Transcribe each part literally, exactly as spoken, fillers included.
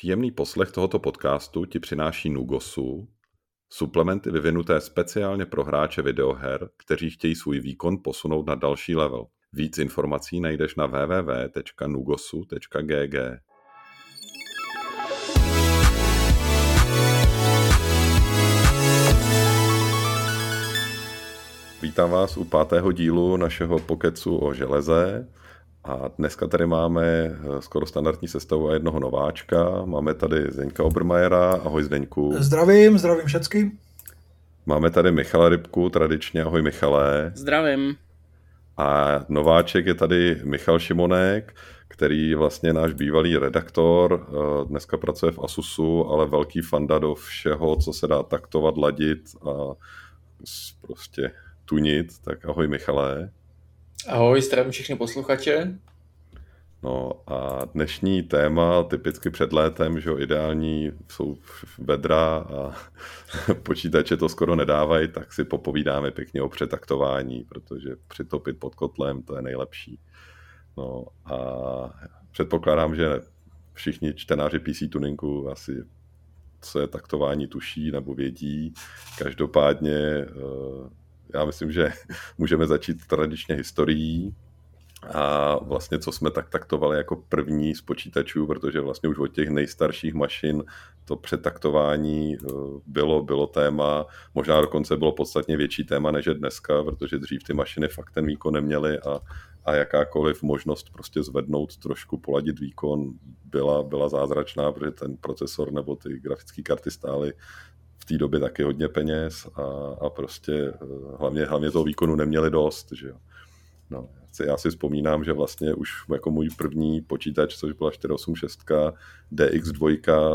Příjemný poslech tohoto podcastu ti přináší Nugosu, suplementy vyvinuté speciálně pro hráče videoher, kteří chtějí svůj výkon posunout na další level. Víc informací najdeš na w w w tečka nugosu tečka g g. Vítám vás u pátého dílu našeho pokecu o železe. A dneska tady máme skoro standardní sestavu a jednoho nováčka. Máme tady Zdeňka Obermajera. Ahoj Zdeňku. Zdravím, zdravím všecky. Máme tady Michala Rybku, tradičně. Ahoj Michale. Zdravím. A nováček je tady Michal Šimonek, který vlastně náš bývalý redaktor, dneska pracuje v Asusu, ale velký fanda do všeho, co se dá taktovat, ladit a prostě tunit. Tak ahoj Michale. Ahoj, zdravím všechny posluchače. No a dnešní téma, typicky před létem, že jo, ideální jsou vedra a počítače to skoro nedávají, tak si popovídáme pěkně o přetaktování, protože přitopit pod kotlem, to je nejlepší. No a předpokládám, že všichni čtenáři P C Tuningu asi co je taktování tuší nebo vědí. Každopádně já myslím, že můžeme začít tradičně historií a vlastně co jsme tak taktovali jako první z počítačů, protože vlastně už od těch nejstarších mašin to přetaktování bylo, bylo téma, možná dokonce bylo podstatně větší téma než je dneska, protože dřív ty mašiny fakt ten výkon neměly a, a jakákoliv možnost prostě zvednout trošku, poladit výkon byla, byla zázračná, protože ten procesor nebo ty grafické karty stály v té době taky hodně peněz a, a prostě hlavně, hlavně toho výkonu neměli dost, že jo. No, já si vzpomínám, že vlastně už jako můj první počítač, což byla čtyři osm šest D X dva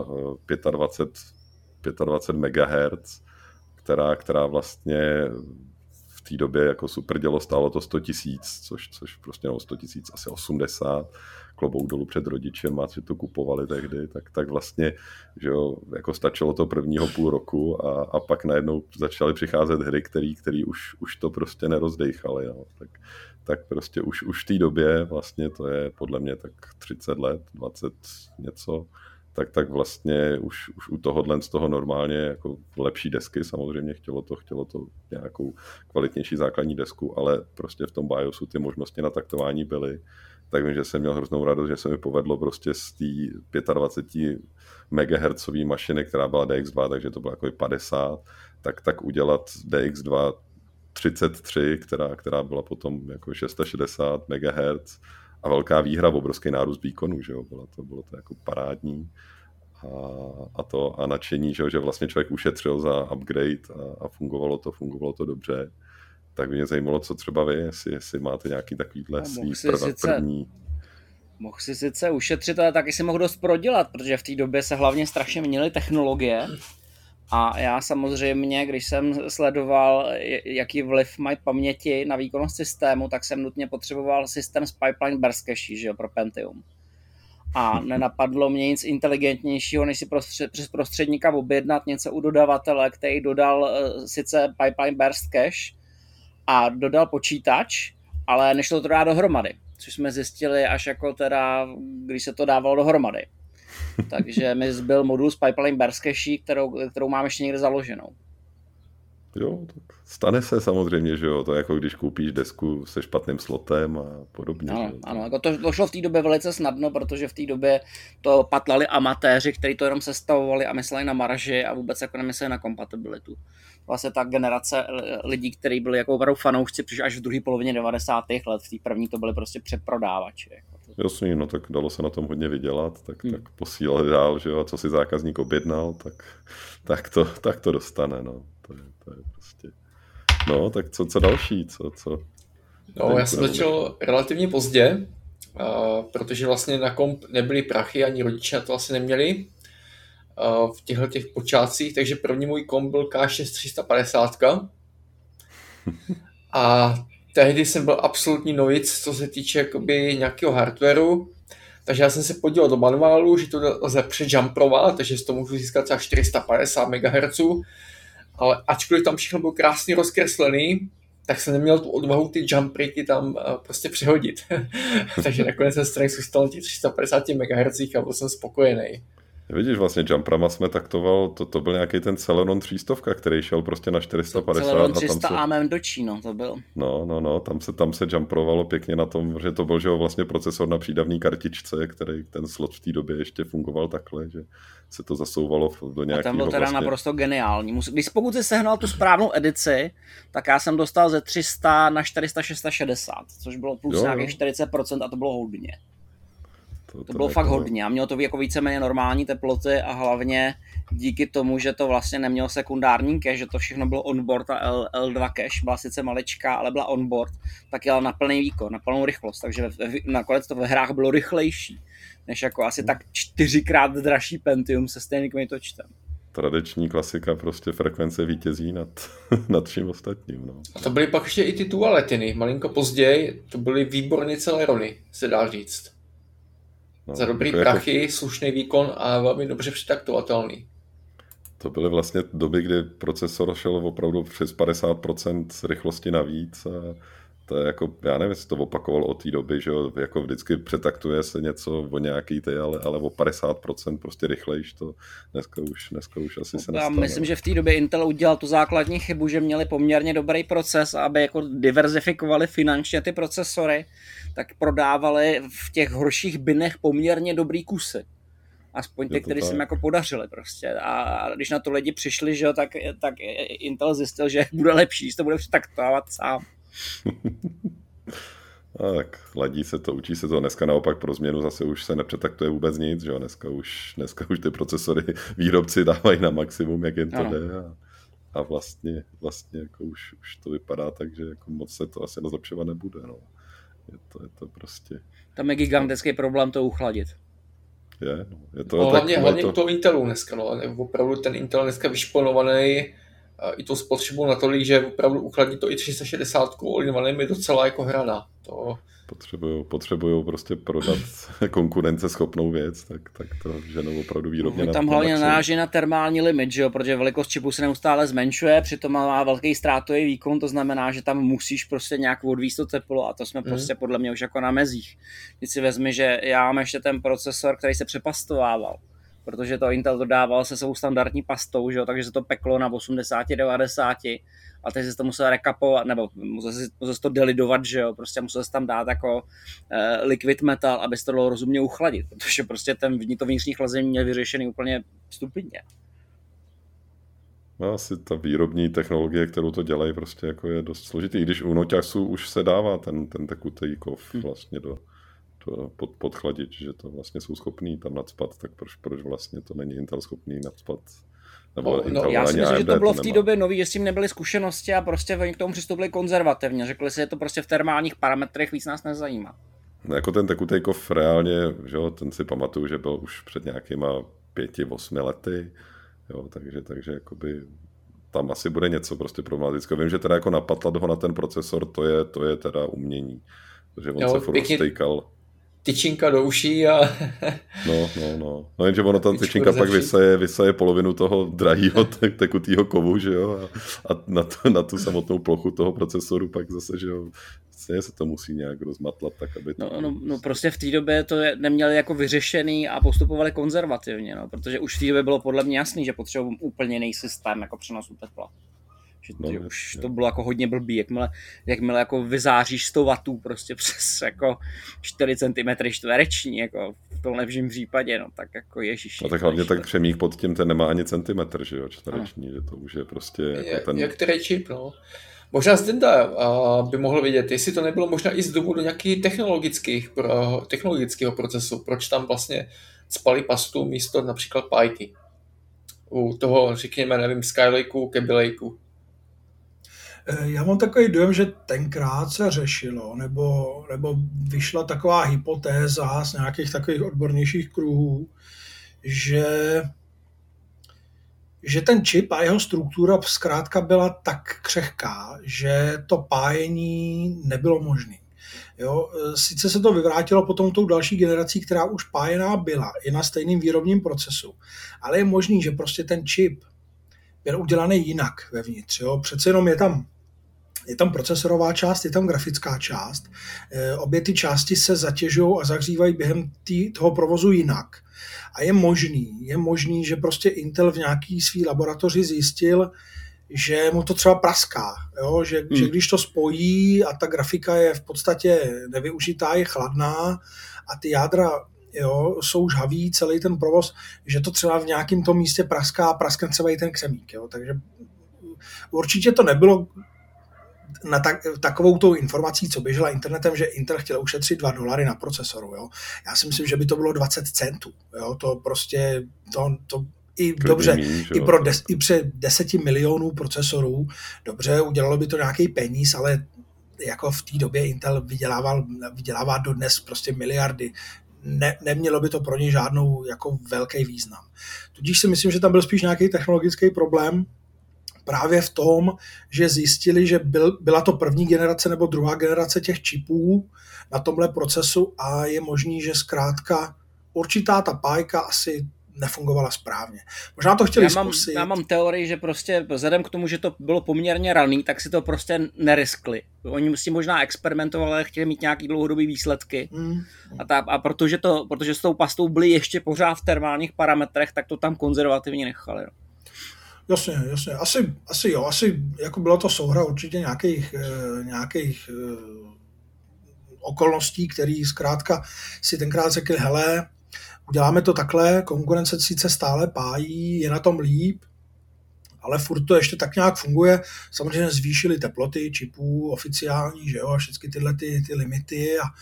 dvacet pět megahertzů, která, která vlastně v té době jako super dělo, stálo to sto tisíc, což, což prostě no sto tisíc, asi osmdesát, klobouk dolů před rodičem a si to kupovali tehdy, tak, tak vlastně, že jo, jako stačilo to prvního půl roku a, a pak najednou začaly přicházet hry, který, který už, už to prostě nerozdejchaly, no. tak, tak prostě už, už v té době vlastně to je podle mě tak třicet let, dvacet něco, tak, tak vlastně už, už u tohohle z toho normálně jako lepší desky, samozřejmě chtělo to, chtělo to nějakou kvalitnější základní desku, ale prostě v tom BIOSu ty možnosti na taktování byly. Tak vím, že jsem měl hroznou radost, že se mi povedlo prostě z té dvacet pět megahertzové mašiny, která byla D X dva, takže to bylo jako padesát, tak, tak udělat D X dva třicet tři, která, která byla potom jako šedesát šest megahertzů a velká výhra, obrovský nárůst výkonu, že jo, bylo to, bylo to jako parádní a, a to a nadšení, že, jo, že vlastně člověk ušetřil za upgrade a, a fungovalo to, fungovalo to dobře. Tak by mě zajímalo, co třeba vy, jestli, jestli máte nějaký takovýhle svý prv, první... Mohl si sice ušetřit, ale taky si mohl dost prodělat, protože v té době se hlavně strašně měnily technologie. A já samozřejmě, když jsem sledoval, jaký vliv mají paměti na výkonnost systému, tak jsem nutně potřeboval systém s pipeline burst cache, že jo, pro Pentium. A nenapadlo mě nic inteligentnějšího, než si prostřed, přes prostředníka objednat něco u dodavatele, který dodal uh, sice pipeline burst cache a dodal počítač, ale nešlo to dát dohromady, což jsme zjistili až jako teda, když se to dávalo dohromady. Takže mi zbyl modul s pipeline burst cache, kterou, kterou mám ještě někde založenou. Jo, tak stane se samozřejmě, že jo, to je jako když koupíš desku se špatným slotem a podobně. Ano, ano, jako to, to šlo v té době velice snadno, protože v té době to patlali amatéři, kteří to jenom sestavovali a mysleli na marži a vůbec jako nemysleli na kompatibilitu. Vlastně ta generace lidí, kteří byli jako opravdu fanoušci, přišli až v druhé polovině devadesátých let, v té první to byly prostě přeprodávači. Jako Jasně, no tak dalo se na tom hodně vydělat, tak, hmm. tak posílali dál, že jo, a co si zákazník objednal, tak, tak, to, tak to dostane, no. To je, to je prostě... No, tak co, co další, co... co... No, já jsem začal relativně pozdě, uh, protože vlastně na komp nebyly prachy, ani rodiče to asi neměli uh, v těchto těch počátcích, takže první můj komp byl K šest tři set padesát a tehdy jsem byl absolutní novic, co se týče jakoby nějakého hardwareu, takže já jsem se podíval do manuálu, že to lze přejumprovat, takže z toho můžu získat třeba čtyři sta padesát megahertzů, ale ačkoliv tam všechno bylo krásně rozkreslený, tak jsem neměl tu odvahu ty jump ratey tam uh, prostě přehodit. Takže nakonec jsem strany zůstal těch tři sta padesát megahertzů a byl jsem spokojený. Vidíš, vlastně Jumprama jsme taktoval, to, to byl nějaký ten Celeron tři sta, který šel prostě na čtyři sta padesát. Celeron tři sta A M M do Číno, to byl. No, no, no, tam se, tam se jumprovalo pěkně na tom, že to byl že vlastně procesor na přídavné kartičce, který ten slot v té době ještě fungoval takhle, že se to zasouvalo do nějakého. A ten byl teda vlastně... naprosto geniální. Když pokud si sehnal tu správnou edici, tak já jsem dostal ze tři sta na čtyři sta šest set šedesát, což bylo plus jo, nějakých jo. čtyřicet procent a to bylo hodně. To, to, to bylo fakt to... hodně a mělo to jako víceméně normální teploty a hlavně díky tomu, že to vlastně nemělo sekundární cache, že to všechno bylo onboard a L, L2 cache, byla sice maličká, ale byla onboard, tak jela na plný výkon, na plnou rychlost, takže nakonec to ve hrách bylo rychlejší, než jako asi tak čtyřikrát dražší Pentium se stejným kmitočtem. Tradiční klasika, prostě frekvence vítězí nad, nad vším ostatním. No. A to byly pak ještě i ty tualetiny, malinko později, to byly výborné Celerony, se dá říct. No, za dobrý jako prachy, jako... slušný výkon a velmi dobře přitaktovatelný. To byly vlastně doby, kdy procesor šel opravdu přes padesát procent rychlosti navíc a to je jako, já nevím, jestli to opakoval od té doby, že jo, jako vždycky přetaktuje se něco o nějaký ty, ale, ale o padesát procent prostě rychlejš to dneska už, dneska už asi se nestane. Já myslím, že v té době Intel udělal tu základní chybu, že měli poměrně dobrý proces, aby jako diverzifikovali finančně ty procesory, tak prodávali v těch horších binech poměrně dobrý kusy. Aspoň ty, které se jim jako podařily prostě. A když na to lidi přišli, že jo, tak, tak Intel zjistil, že bude lepší, že to bude přetaktovat sám. Tak, ladí se to, učí se to. Dneska naopak pro změnu zase už se nepřetaktuje vůbec nic, že jo? Dneska už, dneska už ty procesory výrobci dávají na maximum, jak jen to ano. jde. A, a vlastně, vlastně jako už, už to vypadá tak, že jako moc se to asi nezlepšovat nebude. No. Je to, je to prostě... Tam je gigantický problém to uchladit. Je, no. Je to, no, tak, hlavně, je hlavně to... u toho Intelu dneska. No. Opravdu ten Intel dneska vyšponovaný i tou spotřebou natolik, že opravdu uchladí to i tři sta šedesát all-in-one je docela jako hrana. To... Potřebujou, potřebujou prostě prodat konkurenceschopnou věc, tak, tak to ženou opravdu výrobně. No, tam hlavně naráží na termální limit, že jo? Protože velikost čipu se neustále zmenšuje, přitom má velký ztrátový výkon, to znamená, že tam musíš prostě nějak odvízt to teplo a to jsme mm. prostě podle mě už jako na mezích. Když si vezmi, že já mám ještě ten procesor, který se přepastovával, protože to Intel dodával se svou standardní pastou, že jo? Takže se to peklo na osmdesát devadesát a teď se to musel rekapovat, nebo musel se, musel se to delidovat, že jo, prostě musel se tam dát jako eh, liquid metal, aby se to dalo rozumně uchladit, protože prostě ten, to vnitřní chlazení měl vyřešený úplně stupidně. No, asi ta výrobní technologie, kterou to dělají, prostě jako je dost složitý, když u noťasů už se dává ten, ten tekutý kov vlastně do, do pod, podchladič, že to vlastně jsou schopní tam nacpat, tak proč, proč vlastně to není Intel schopný nacpat? No, no, já si myslím, že to bylo v té době nový, že s tím nebyly zkušenosti a prostě oni k tomu přistupili konzervativně. Řekli si, že to prostě v termálních parametrech víc nás nezajímá. No, jako ten tekutej kov reálně, že jo, ten si pamatuju, že byl už před nějakýma pěti, osmi lety, jo, takže, takže jakoby tam asi bude něco prostě problematického. Vím, že teda jako napatlat ho na ten procesor, to je, to je teda umění, protože on jo, se furt roztejkal. Tyčinka do uší a... No, no, no. No jenže ono tam tyčinka pak vysaje, vysaje polovinu toho drahýho tekutýho kovu, že jo, a, a na, to, na tu samotnou plochu toho procesoru pak zase, že jo, se to musí nějak rozmatlat, tak aby to... No, no, no prostě v té době to neměli jako vyřešený a postupovali konzervativně, no, protože už v té době bylo podle mě jasný, že potřebují úplně jiný systém jako přenosu tepla. Že to, no, už to bylo jako hodně blbý, jakmile, jakmile jako vyzáříš sto wattů prostě přes jako čtyři centimetry čtvereční, jako v tom lepším případě, no tak jako ježiši. No tak hlavně tak přemík pod tím, ten nemá ani centimetr, že jo, čtvereční, ano. Že to už je prostě jako je, ten... Jak který čip, no. Možná Zdenda by mohl vidět, jestli to nebylo možná i z důvodu nějakých technologických, technologického procesu, proč tam vlastně spali pastu místo například Pajky. U toho, řekněme, nevím, Skylakeu, Kaby Lakeu. Já mám takový dojem, že tenkrát se řešilo, nebo, nebo vyšla taková hypotéza z nějakých takových odbornějších kruhů, že, že ten čip a jeho struktura zkrátka byla tak křehká, že to pájení nebylo možné. Jo, sice se to vyvrátilo potom tou další generací, která už pájená byla i na stejném výrobním procesu, ale je možný, že prostě ten čip byl udělaný jinak vevnitř. Jo. Přece jenom je tam je tam procesorová část, je tam grafická část. Obě ty části se zatěžují a zahřívají během tý, toho provozu jinak. A je možný, je možný, že prostě Intel v nějaký svý laboratoři zjistil, že mu to třeba praská, jo? Že, hmm. že když to spojí a ta grafika je v podstatě nevyužitá, je chladná a ty jádra, jo, jsou žhaví, celý ten provoz, že to třeba v nějakém tom místě praská a praskne třeba i ten křemík. Jo? Takže určitě to nebylo na tak, takovou tou informací, co běžela internetem, že Intel chtěl ušetřit dva dolary na procesoru. Jo? Já si myslím, že by to bylo dvacet centů. Jo? To prostě, to, to i Klidný dobře, míň, i, pro des, i před deseti milionů procesorů, dobře, udělalo by to nějaký peníz, ale jako v té době Intel vydělával, vydělává dodnes prostě miliardy. Ne, nemělo by to pro ně žádnou jako velký význam. Tudíž si myslím, že tam byl spíš nějaký technologický problém, právě v tom, že zjistili, že byl, byla to první generace nebo druhá generace těch čipů na tomhle procesu a je možný, že zkrátka určitá ta pájka asi nefungovala správně. Možná to chtěli já mám, zkusit. Já mám teorii, že prostě vzhledem k tomu, že to bylo poměrně raný, tak si to prostě neriskli. Oni si možná experimentovali, ale chtěli mít nějaký dlouhodobý výsledky. Mm. A, ta, a protože, to, protože s tou pastou byli ještě pořád v termálních parametrech, tak to tam konzervativně nechali. No. Jasně, jasně. Asi, asi jo, asi jako byla to souhra určitě nějakých, nějakých okolností, který zkrátka si tenkrát řekli, hele, uděláme to takhle, konkurence sice stále pájí, je na tom líp, ale furt to ještě tak nějak funguje. Samozřejmě zvýšili teploty čipů oficiální, že jo, a všechny tyhle ty, ty limity a,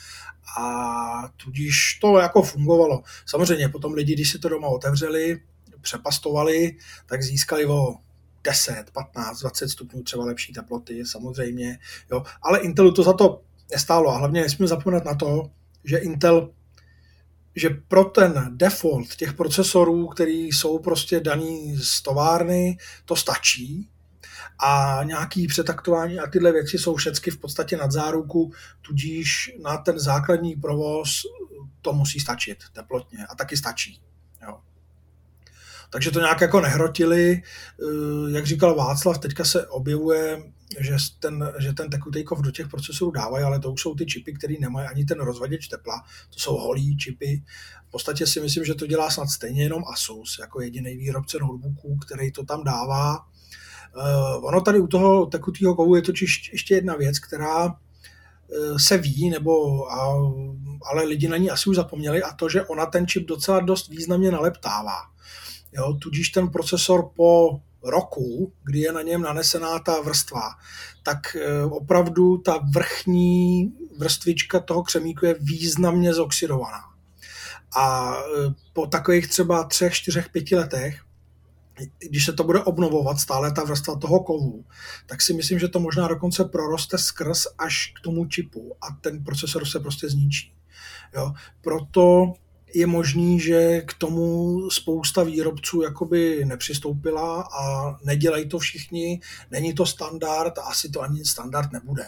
a tudíž to jako fungovalo. Samozřejmě potom lidi, když si to doma otevřeli, přepastovali, tak získali o deset, patnáct, dvacet stupňů třeba lepší teploty, samozřejmě, jo. Ale Intelu to za to nestálo a hlavně nesmíme zapomenout na to, že Intel, že pro ten default těch procesorů, který jsou prostě daný z továrny, to stačí a nějaký přetaktování a tyhle věci jsou všechny v podstatě nad záruku, tudíž na ten základní provoz to musí stačit teplotně a taky stačí. Jo. Takže to nějak jako nehrotili. Jak říkal Václav, teďka se objevuje, že ten, že ten tekutý kov do těch procesorů dávají, ale to už jsou ty čipy, které nemají ani ten rozvaděč tepla. To jsou holý čipy. V podstatě si myslím, že to dělá snad stejně jenom Asus, jako jediný výrobce notebooků, který to tam dává. Ono tady u toho tekutého kovu je totiž ještě jedna věc, která se ví, nebo, a, ale lidi na ní asi už zapomněli, a to, že ona ten čip docela dost významně naleptává. Jo, tudíž ten procesor po roku, kdy je na něm nanesená ta vrstva, tak opravdu ta vrchní vrstvička toho křemíku je významně zoxidovaná. A po takových třeba třech, čtyřech, pěti letech, když se to bude obnovovat stále ta vrstva toho kovu, tak si myslím, že to možná dokonce proroste skrz až k tomu čipu a ten procesor se prostě zničí. Jo? Proto je možný, že k tomu spousta výrobců jakoby nepřistoupila a nedělají to všichni, není to standard a asi to ani standard nebude.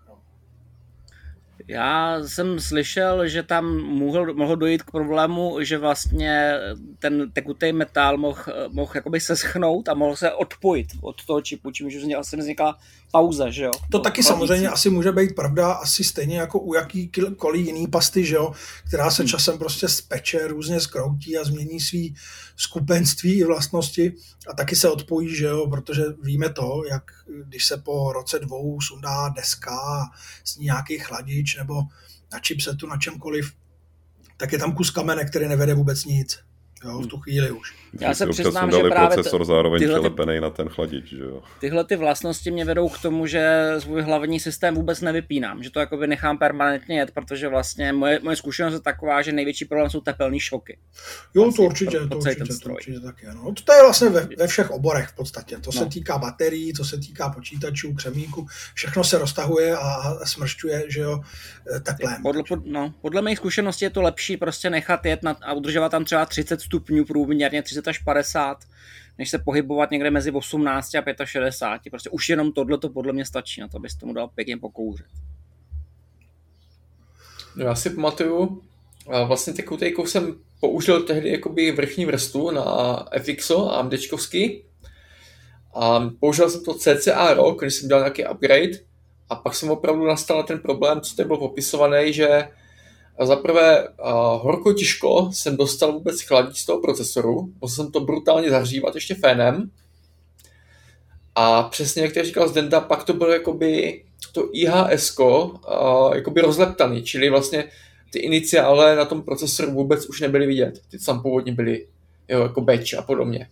Já jsem slyšel, že tam mohl, mohl dojít k problému, že vlastně ten tekutý metal mohl, mohl jakoby seschnout a mohl se odpojit od toho čipu, čímž asi vznikla pauza, že jo? To taky samozřejmě asi může být pravda, asi stejně jako u jakýkoliv jiný pasty, že jo, která se časem prostě speče, různě skroutí a změní svý skupenství i vlastnosti a taky se odpojí, že jo, protože víme to, jak když se po roce dvou sundá deska, sní nějaký chladič nebo na chipsetu, na čemkoliv, tak je tam kus kamene, který nevede vůbec nic. Jo, v tu chvíli už. Já se přiznám, že právě procesor zároveň přelepený na ten chladič, že jo. Tyhle ty vlastnosti mě vedou k tomu, že svůj hlavní systém vůbec nevypínám, že to jakoby nechám permanentně jet, protože vlastně moje, moje zkušenost je taková, že největší problém jsou tepelný šoky. Jo, vlastně to určitě, to určitě, to určitě tak je. No. To je vlastně ve, ve všech oborech v podstatě. To se no. týká baterií, to se týká počítačů, křemíku, všechno se roztahuje a smršťuje, že jo, teplem. Podle, pod, no, podle mých zkušeností je to lepší prostě nechat jet na, a udržovat tam třeba třicet stupňů průměrně, třicet až padesát, než se pohybovat někde mezi osmnáct a šedesát pět. Prostě už jenom tohle to podle mě stačí na to, abys tomu dal pěkně pokouřit. No já si pamatuju, vlastně tekutý kov jsem použil tehdy jakoby vrchní vrstvu na F X O AMDčkovský a použil jsem to cca rok, když jsem dělal nějaký upgrade A pak jsem opravdu nastal ten problém, co tady byl popisovaný, že zaprvé uh, horko těžko jsem dostal vůbec chladit z toho procesoru, musel jsem to brutálně zahřívat ještě fénem. A přesně jak tady říkal Zdenda, pak to bylo jakoby to I H S-ko uh, jakoby rozleptaný, čili vlastně ty iniciále na tom procesoru vůbec už nebyly vidět. Ty tam původně byly, jo, jako batch a podobně.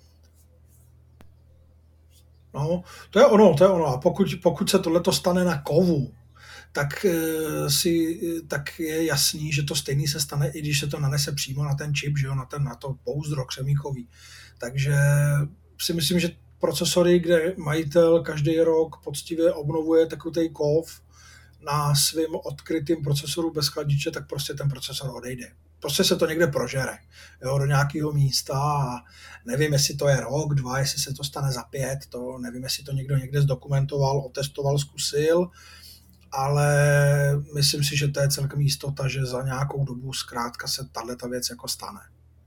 No, to je ono, to je ono. A pokud, pokud se tohleto stane na kovu, tak, si, tak je jasný, že to stejný se stane, i když se to nanese přímo na ten čip, že jo, na, ten, na to pouzdro křemíkový. Takže si myslím, že procesory, kde majitel každý rok poctivě obnovuje takový kov na svým odkrytým procesoru bez chladiče, tak prostě ten procesor odejde. Prostě se to někde prožere, jo, do nějakého místa a nevím, jestli to je rok, dva, jestli se to stane za pět, to nevím, jestli to někdo někde zdokumentoval, otestoval, zkusil, ale myslím si, že to je celkem jistota, že za nějakou dobu zkrátka se tato věc jako stane.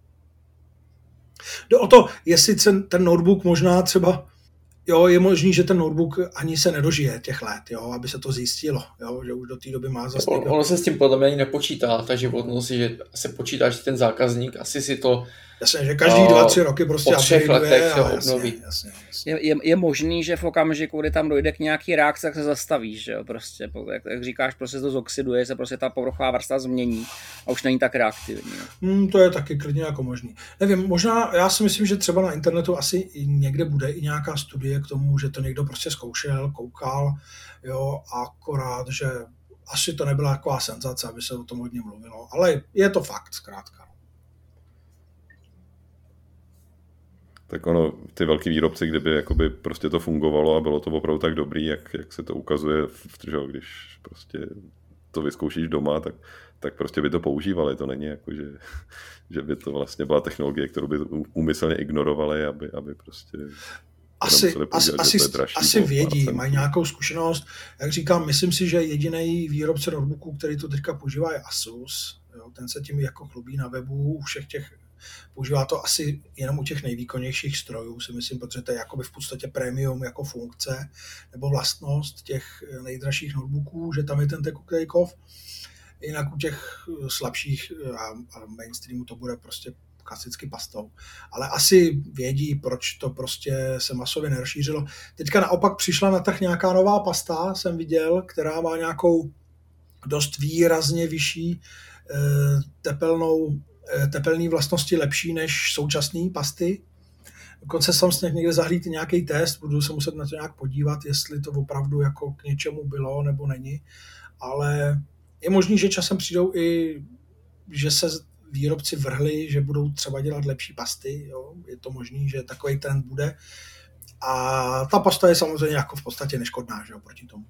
Jde o to, jestli ten notebook možná třeba, jo, je možný, že ten notebook ani se nedožije těch let, jo, aby se to zjistilo, jo, že už do té doby má zase... Ono se s tím podle mě ani nepočítá, ta životnost, že se počítá, že ten zákazník asi si to... Jasně, že každý dva, tři roky prostě po třech letech se jasně, obnoví. Jasně, jasně. Je, je, je možný, že v okamžiku, kdy tam dojde k nějaký reakci, tak se zastavíš, že jo, prostě, jak, jak říkáš, prostě to zoxiduje, se prostě ta povrchová vrstva změní a už není tak reaktivní. Hmm, to je taky klidně jako možný. Nevím, možná, já si myslím, že třeba na internetu asi někde bude i nějaká studie k tomu, že to někdo prostě zkoušel, koukal, jo, akorát, že asi to nebyla taková senzace, aby se o tom hodně mluvilo, ale je to fakt, zkrátka. Tak ono, ty velký výrobci, kdyby jakoby prostě to fungovalo a bylo to opravdu tak dobrý, jak, jak se to ukazuje, že když prostě to vyzkoušíš doma, tak, tak prostě by to používali. To není jako, že, že by to vlastně byla technologie, kterou by úmyslně ignorovali, aby, aby prostě... Asi, asi, asi, asi vědí, mají nějakou zkušenost. Jak říkám, myslím si, že jediný výrobce notebooků, který to teďka používá, je Asus. Jo, ten se tím jako chlubí na webu u všech těch. Používá to asi jenom u těch nejvýkonnějších strojů, si myslím, protože to je jakoby v podstatě premium jako funkce nebo vlastnost těch nejdražších notebooků, že tam je ten tekutlý kov. Jinak u těch slabších a mainstreamu to bude prostě klasicky pastou. Ale asi vědí, proč to prostě se masově nerozšířilo. Teďka naopak přišla na trh nějaká nová pasta, jsem viděl, která má nějakou dost výrazně vyšší tepelnou tepelné vlastnosti lepší než současné pasty. Dokonce jsem snad někde zahlíd nějaký test, budu se muset na to nějak podívat, jestli to opravdu jako k něčemu bylo nebo není, ale je možný, že časem přijdou i, že se výrobci vrhli, že budou třeba dělat lepší pasty, jo? Je to možný, že takový trend bude a ta pasta je samozřejmě jako v podstatě neškodná, že jo, proti tomu.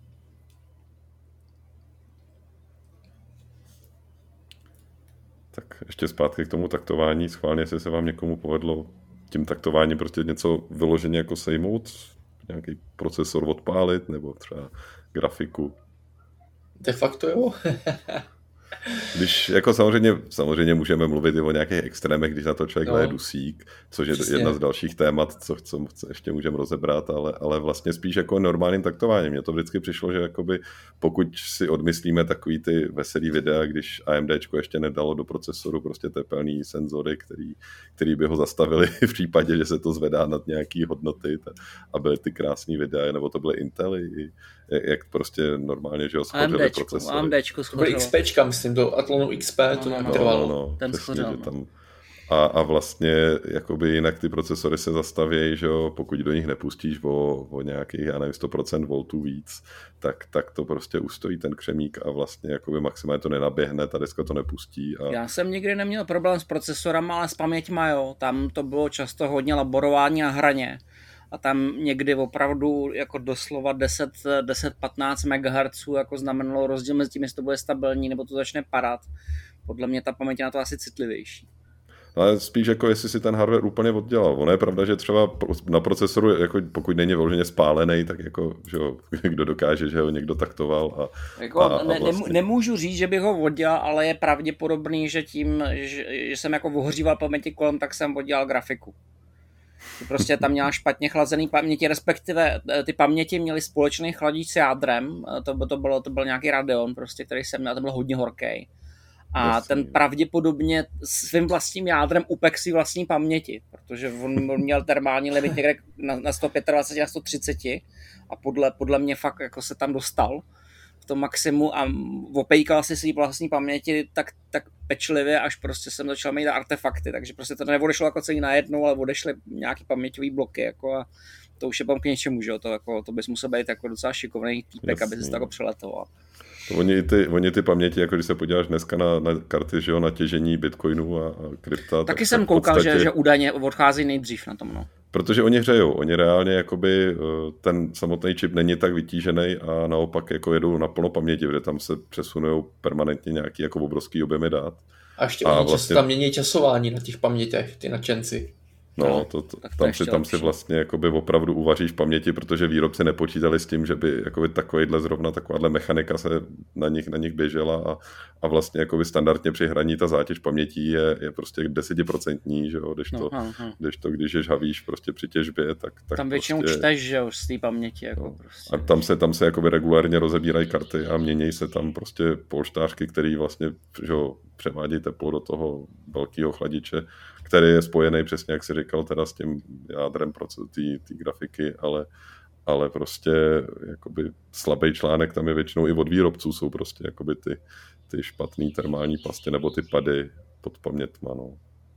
Tak ještě zpátky k tomu taktování. Schválně, jestli se vám někomu povedlo tím taktováním prostě něco vyloženě jako sejmout, nějaký procesor odpálit, nebo třeba grafiku. De facto jo. Když jako samozřejmě, samozřejmě můžeme mluvit i o nějakých extrémech, když na to člověk daje no, dusík, což je přesně jedna z dalších témat, co, co, co ještě můžeme rozebrat, ale, ale vlastně spíš jako normálním taktováním. Mně to vždycky přišlo, že jakoby, pokud si odmyslíme takový ty veselý videa, když AMDčko ještě nedalo do procesoru prostě tepelný senzory, který, který by ho zastavili v případě, že se to zvedá nad nějaký hodnoty a byly ty krásný videa, nebo to byly Intely, jak prostě normálně, že ho schořili procesory. AMDčko schořilo. XPčka, myslím, do Atlonu X P to nějak trvalo. No, no, ten schořil, tam a, a vlastně jakoby jinak ty procesory se zastavějí, že jo, pokud do nich nepustíš o, o nějakých, já nevím, sto procent voltů víc, tak, tak to prostě ustojí ten křemík a vlastně jakoby maximálně to nenaběhne, ta deska to nepustí. A... Já jsem nikdy neměl problém s procesorem, ale s paměťma jo, tam to bylo často hodně laborování na hraně. A tam někdy opravdu jako doslova deset až patnáct megahertzů jako znamenalo rozdíl mezi tím, jestli to bude stabilní nebo to začne padat. Podle mě ta paměť je na to asi citlivější. Ale spíš jako jestli si ten hardware úplně oddělal. Ono je pravda, že třeba na procesoru, jako pokud není vyloženě spálený, tak jako, že ho, kdo dokáže, že ho někdo taktoval. A, jako a, a ne, vlastně... Nemůžu říct, že bych ho oddělal, ale je pravděpodobný, že tím, že, že jsem jako ohříval paměti kolem, tak jsem oddělal grafiku. Prostě tam měla špatně chlazený paměti, respektive ty paměti měly společný chladič s jádrem, to, to, bylo, to byl nějaký Radeon, prostě, který jsem měl, to byl hodně horký. A Jasně. ten pravděpodobně svým vlastním jádrem upek si vlastní paměti, protože on, on měl termální limit někde na, na sto dvacet pět, na sto třicet a podle, podle mě fakt jako se tam dostal v tom maximu a opejkal si svý vlastní paměti tak, tak pečlivě, až prostě jsem začal mít artefakty, takže prostě to neodešlo jako celý najednou, ale odešly nějaký paměťový bloky jako a to už je k něčemu, že jo, to, jako, to bys musel být jako docela šikovný týpek, aby se to jako přeletoval. Oni ty, oni ty paměti, jako když se podíváš dneska na, na karty, že jo, na těžení bitcoinu a, a krypta. Taky tak, jsem tak koukal, podstatě, že, že údajně odchází nejdřív na tom, no. Protože oni hřejou, oni reálně jakoby ten samotný čip není tak vytížený a naopak jako jedou na plno paměti, protože tam se přesunují permanentně nějaký jako obrovský objemy dát. A ještě a oni vlastně tam mění časování na těch pamětech, ty nadšenci. No, to, to, tam, si, tam si vlastně jakoby opravdu uvaříš v paměti, protože výrobci nepočítali s tím, že by jakoby takovýhle zrovna takováhle mechanika se na nich, na nich běžela a, a vlastně jakoby standardně při hraní ta zátěž pamětí je, je prostě desetiprocentní, že jo, když to, no, když to, když je žhavíš prostě při těžbě, tak, tak tam většinou prostě, čteš, že jo, z té paměti, jako no. prostě. A tam se, tam se jakoby regulárně rozebírají karty a mění se tam prostě polštářky, který vlastně, že jo, převádějí teplo do toho velkého chladiče, který je spojený přesně, jak jsi říkal, teda s tím jádrem té grafiky, ale, ale prostě jakoby slabý článek tam je většinou i od výrobců, jsou prostě jakoby ty, ty špatný termální pastě nebo ty pady pod pamětma, no.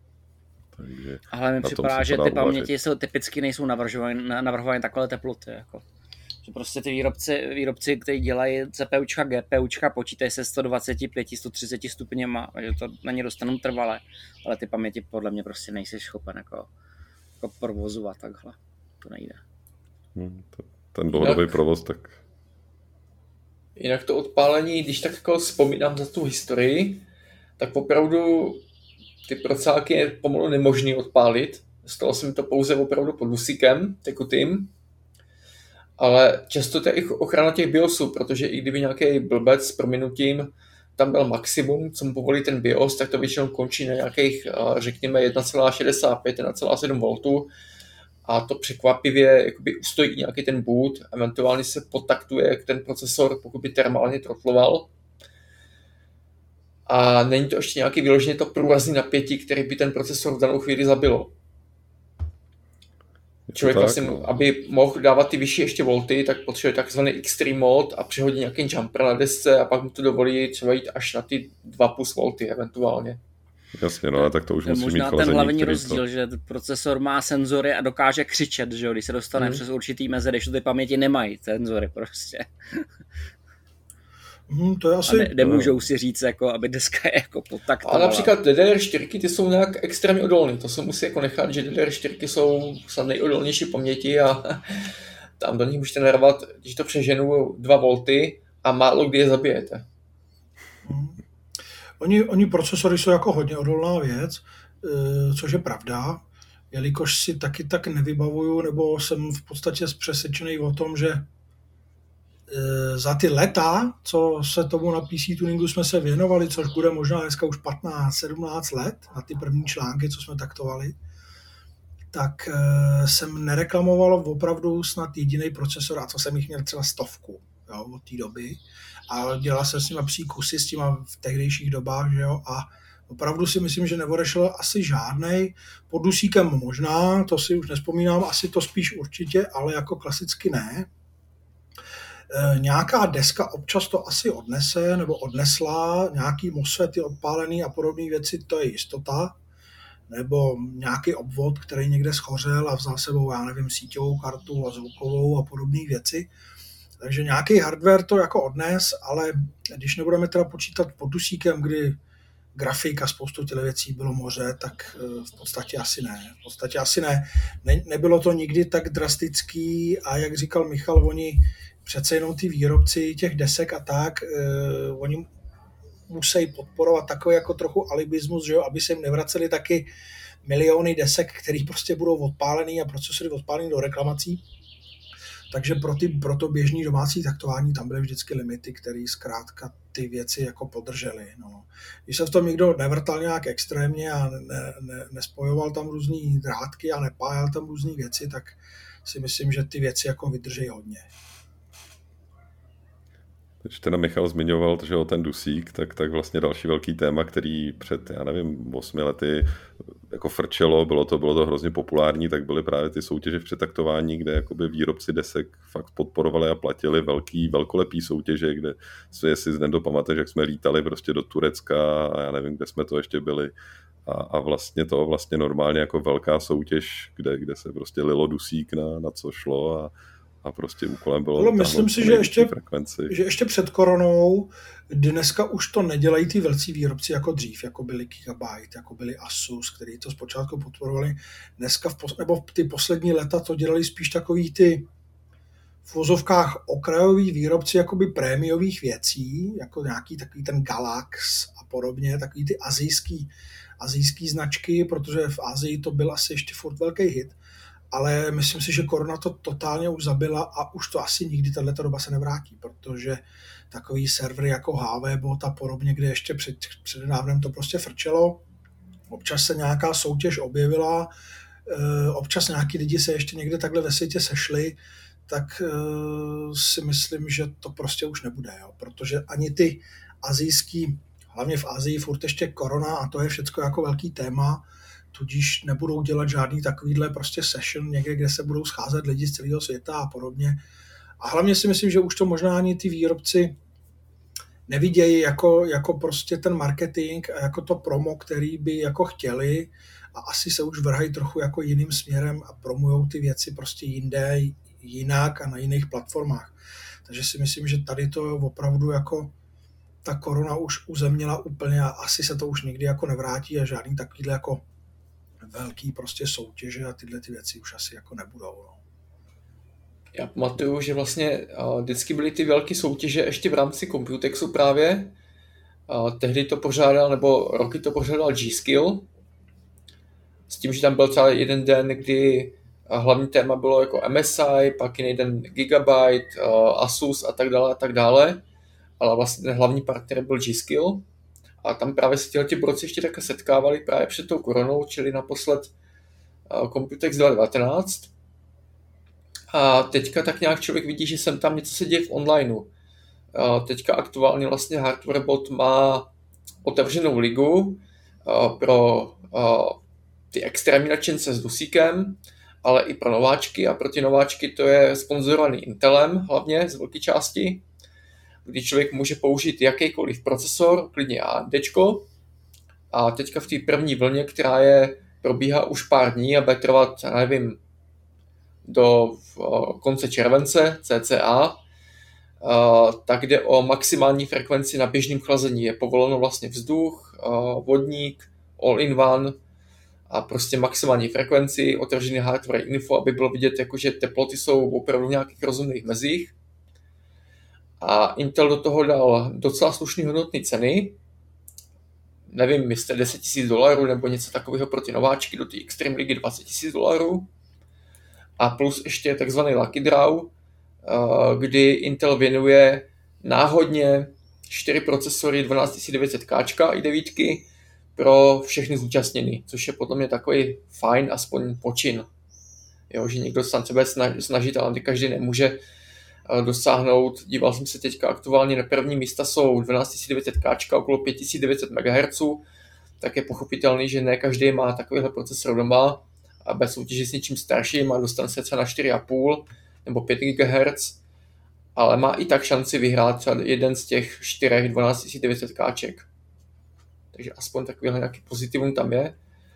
Takže ale mi připadá, že ty paměti jsou typicky nejsou navrhovány takové teploty, jako. Že prostě ty výrobci, výrobci, kteří dělají CPUčka, GPUčka, počítají se sto dvacet pět, sto třicet stupněma, že to na ně dostanou trvale, ale ty paměti podle mě prostě nejsi schopen jako, jako provozovat takhle. To nejde. Hmm, to, ten dlouhodobý provoz, tak... Jinak to odpálení, když tak jako vzpomínám za tu historii, tak opravdu ty procáky je pomalu nemožný odpálit. Stalo se mi to pouze opravdu pod dusíkem tekutým. Ale často to je i ochrana těch BIOSů, protože i kdyby nějaký blbec s prominutím tam byl maximum, co mu povolí ten BIOS, tak to většinou končí na nějakých, řekněme, jedna celá šedesát pět, jedna celá sedm voltů a to překvapivě jakoby ustojí nějaký ten boot, eventuálně se potaktuje ten procesor, pokud by termálně trotloval. A není to ještě nějaký vyloženě to průrazný napětí, který by ten procesor v danou chvíli zabilo. Člověk tak, vlastně, no. aby mohl dávat ty vyšší ještě volty, tak potřebuje takzvaný extreme mode a přihodí nějaký jumper na desce a pak mu to dovolí třeba jít až na ty dva plus volty eventuálně. Jasně, no, tak to už musí možná mít chlazení. Ten hlavní rozdíl, to... že procesor má senzory a dokáže křičet, že jo, když se dostane hmm. přes určitý meze, když ty paměti nemají senzory prostě. Hmm, to je asi... A ne, nemůžou si říct, jako, aby deska je jako potaktovala. A například D D R čtyři ty jsou nějak extrémně odolný. To se musí jako nechat, že D D R čtyři jsou nejodolnější paměti a tam do nich můžete narvat, když to přeženu, dva volty a málo kdy je zabijete. Hmm. Oni, oni procesory jsou jako hodně odolná věc, což je pravda, jelikož si taky tak nevybavuju, nebo jsem v podstatě přesvědčený o tom, že za ty leta, co se tomu na P C tuningu jsme se věnovali, což bude možná dneska už patnáct sedmnáct let, na ty první články, co jsme taktovali, tak jsem nereklamoval opravdu snad jediný procesor, a to jsem jich měl třeba stovku, jo, od té doby. A dělal jsem s nima psí kusy s těma v tehdejších dobách, že jo, a opravdu si myslím, že neodešel asi žádnej. Pod dusíkem možná, to si už nespomínám, asi to spíš určitě, ale jako klasicky ne. E, nějaká deska občas to asi odnese, nebo odnesla, nějaký MOSFETy odpálený a podobné věci, to je jistota. Nebo nějaký obvod, který někde schořel a vzal sebou, já nevím, síťovou kartu a zvukovou a podobné věci. Takže nějaký hardware to jako odnes, ale když nebudeme teda počítat pod dusíkem, kdy grafik a spoustu těch věcí bylo moře, tak v podstatě asi ne. V podstatě asi ne. ne. Nebylo to nikdy tak drastický a jak říkal Michal, oni přece jenom ty výrobci těch desek a tak, eh, oni musí podporovat takový jako trochu alibismus, že jo, aby se jim nevraceli taky miliony desek, které prostě budou odpálený a procesory odpálený do reklamací. Takže pro, ty, pro to běžný domácí taktování tam byly vždycky limity, které zkrátka ty věci jako podržely. No. Když se v tom někdo nevrtal nějak extrémně a ne, ne, nespojoval tam různý drátky a nepájal tam různý věci, tak si myslím, že ty věci jako vydrží hodně. Když teda Michal zmiňoval, že o ten dusík, tak, tak vlastně další velký téma, který před, já nevím, osmi lety jako frčelo, bylo to, bylo to hrozně populární, tak byly právě ty soutěže v přetaktování, kde jakoby výrobci desek fakt podporovali a platili velký, velkolepý soutěže, kde si, jestli dnes dopamatuješ, jak jsme lítali prostě do Turecka a já nevím, kde jsme to ještě byli. A, a vlastně to vlastně normálně jako velká soutěž, kde, kde se prostě lilo dusík na, na co šlo a A prostě úkolem bylo... Ale myslím si, že ještě, že ještě před koronou dneska už to nedělají ty velcí výrobci jako dřív, jako byli Gigabyte, jako byli Asus, který to zpočátku podporovali. Dneska, v pos, nebo ty poslední leta to dělali spíš takový ty v vozovkách okrajový výrobci jakoby prémiových věcí, jako nějaký takový ten Galax a podobně, takový ty azijský, azijský značky, protože v Asii to byl asi ještě furt velký hit. Ale myslím si, že korona to totálně už zabila a už to asi nikdy tato doba se nevrátí, protože takový servery jako H V Bot a podobně, kde ještě před, přednávnem to prostě frčelo, občas se nějaká soutěž objevila, občas nějaký lidi se ještě někde takhle ve světě sešli, tak si myslím, že to prostě už nebude, jo? Protože ani ty asijský, hlavně v Asii, furt ještě korona a to je všecko jako velký téma, tudíž nebudou dělat žádný takovýhle prostě session někde, kde se budou scházet lidi z celého světa a podobně. A hlavně si myslím, že už to možná ani ty výrobci nevidějí jako, jako prostě ten marketing a jako to promo, který by jako chtěli a asi se už vrhají trochu jako jiným směrem a promujou ty věci prostě jinde, jinak a na jiných platformách. Takže si myslím, že tady to opravdu jako ta korona už uzemnila úplně a asi se to už nikdy jako nevrátí a žádný takovýhle jako velký prostě soutěže a tyhle ty věci už asi jako nebudou. No. Já pamatuju, že vlastně uh, vždycky byly ty velké soutěže ještě v rámci Computexu právě. Uh, tehdy to pořádal, nebo roky to pořádal G-Skill. S tím, že tam byl třeba jeden den, kdy uh, hlavní téma bylo jako M S I, pak jiný den Gigabyte, uh, Asus a tak dále a tak dále. Ale vlastně ten hlavní partner byl G-Skill. A tam právě se těhle ti borci ještě také setkávali právě před tou koronou, čili naposled uh, Computex dva tisíce devatenáct. A teďka tak nějak člověk vidí, že sem tam něco se děje v onlineu. Uh, teďka aktuálně vlastně HardwareBot má otevřenou ligu uh, pro uh, ty extrémní nadšence s dusíkem, ale i pro nováčky. A pro ty nováčky to je sponzorovaný Intelem hlavně z velké části, kdy člověk může použít jakýkoliv procesor, klidně AMDčko. A teďka v té první vlně, která je, probíhá už pár dní a bude trvat, nevím, do konce července cca, tak jde o maximální frekvenci na běžném chlazení. Je povoleno vlastně vzduch, vodník, all-in-one a prostě maximální frekvenci, otevřený hardware info, aby bylo vidět, jakože teploty jsou opravdu v nějakých rozumných mezích. A Intel do toho dal docela slušný hodnotný ceny. Nevím, jestli deset tisíc dolarů nebo něco takového pro ty nováčky, do té Extreme Ligy dvacet tisíc dolarů. A plus ještě takzvaný Lucky Draw, kdy Intel věnuje náhodně čtyři procesory dvanáct tisíc devět set K i devět pro všechny zúčastněný, což je podle mě takový fajn aspoň počin. Jo, že někdo sám sebe snažit, ale každý nemůže dosáhnout. Díval jsem se teďka aktuálně, na první místa jsou dvanáct tisíc devět set K, okolo pět tisíc devět set megahertzů, tak je pochopitelný, že ne každý má takovýhle procesor doma a bez soutěže s něčím starším a dostane se třeba na čtyři a půl nebo pět gigahertzů, ale má i tak šanci vyhrát třeba jeden z těch čtyřech dvanáct tisíc devět set K. Takže aspoň takovýhle nějaký pozitivum tam je.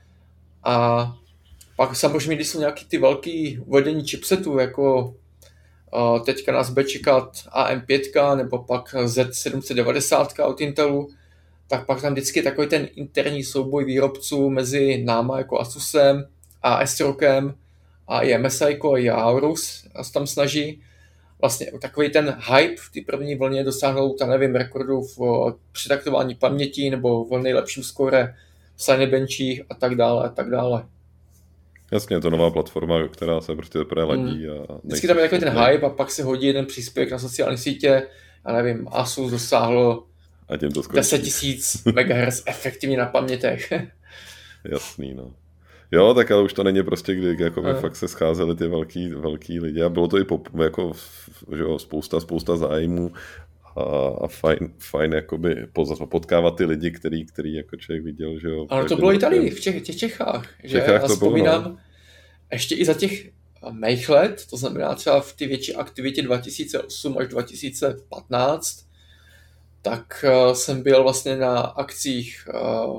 A pak samozřejmě, když jsou nějaký ty velký uvedení chipsetů, jako uh, teďka nás bude čekat A M pět nebo pak Z sedm set devadesát od Intelu, tak pak tam vždycky je takový ten interní souboj výrobců mezi náma jako Asusem a ASRoCem a i M S I a i Aorus se tam snaží vlastně takový ten hype v té první vlně dosáhnout, já nevím, rekordu v přetaktování paměti nebo v nejlepším skóre v Cinebenchích a tak dále a tak dále. Jasně, je to nová platforma, která se prostě teprve ladí. Hmm. A vždycky tam je takový ten hype a pak se hodí jeden příspěvek na sociální sítě, já nevím, Asus dosáhl deset tisíc megahertz efektivně na pamětech. Jasný, no. Jo, tak ale už to není prostě, kdy jako by fakt se scházeli ty velký, velký lidi a bylo to i pop, jako, že jo, spousta, spousta zájmů a, a fajn, fajn jakoby potkávat ty lidi, který, který jako člověk viděl, že jo. Ale to bylo i tady, v těch, těch Čechách, že Čechách já to vzpomínám, bylo, no. Ještě i za těch mých let, to znamená třeba v ty větší aktivitě dva tisíce osm až dva tisíce patnáct, tak uh, jsem byl vlastně na akcích uh,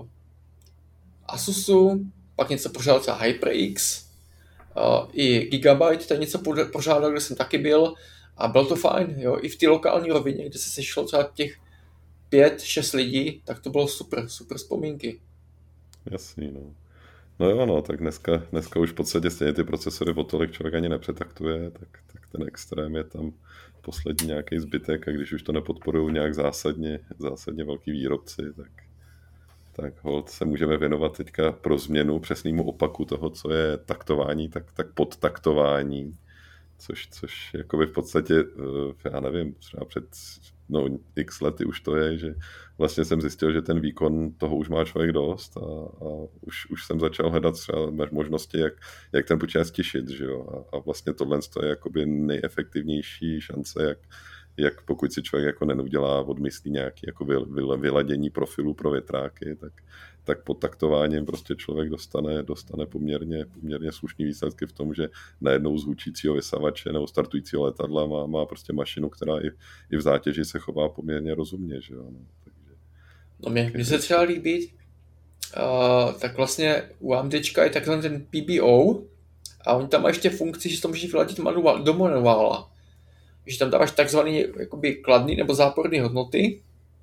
Asusu, pak něco pořádal třeba HyperX, uh, i Gigabyte, tady něco pořádal, kde jsem taky byl a bylo to fajn, jo, i v té lokální rovině, kde se sešlo třeba těch pět, šest lidí, tak to bylo super, super vzpomínky. Jasný, no. No jo, no, tak dneska, dneska už v podstatě stejně ty procesory o tolik člověk ani nepřetaktuje, tak, tak ten extrém je tam poslední nějaký zbytek a když už to nepodporují nějak zásadně, zásadně velký výrobci, tak, tak hold se můžeme věnovat teďka pro změnu přesnému opaku toho, co je taktování, tak, tak podtaktování, což, což jakoby v podstatě, já nevím, třeba před no, x lety už to je, že vlastně jsem zjistil, že ten výkon toho už má člověk dost a, a už, už jsem začal hledat třeba možnosti, jak, jak ten počítač stišit, že jo, a, a vlastně tohle je jakoby nejefektivnější šance, jak, jak pokud si člověk jako neudělá, odmyslí nějaký jako vy, vy, vyladění profilu pro větráky, tak, tak pod taktováním prostě člověk dostane, dostane poměrně, poměrně slušný výsledky v tom, že najednou z hučícího vysavače nebo startujícího letadla má, má prostě mašinu, která i, i v zátěži se chová poměrně rozumně, že jo. No, takže, no mě, mě se třeba líbí, uh, tak vlastně u AMDčka je takzvaný ten P B O a oni tam mají ještě funkci, že to můžeš vyladit manuál, do manuála. Že tam dáváš takzvaný jakoby kladný nebo záporný hodnoty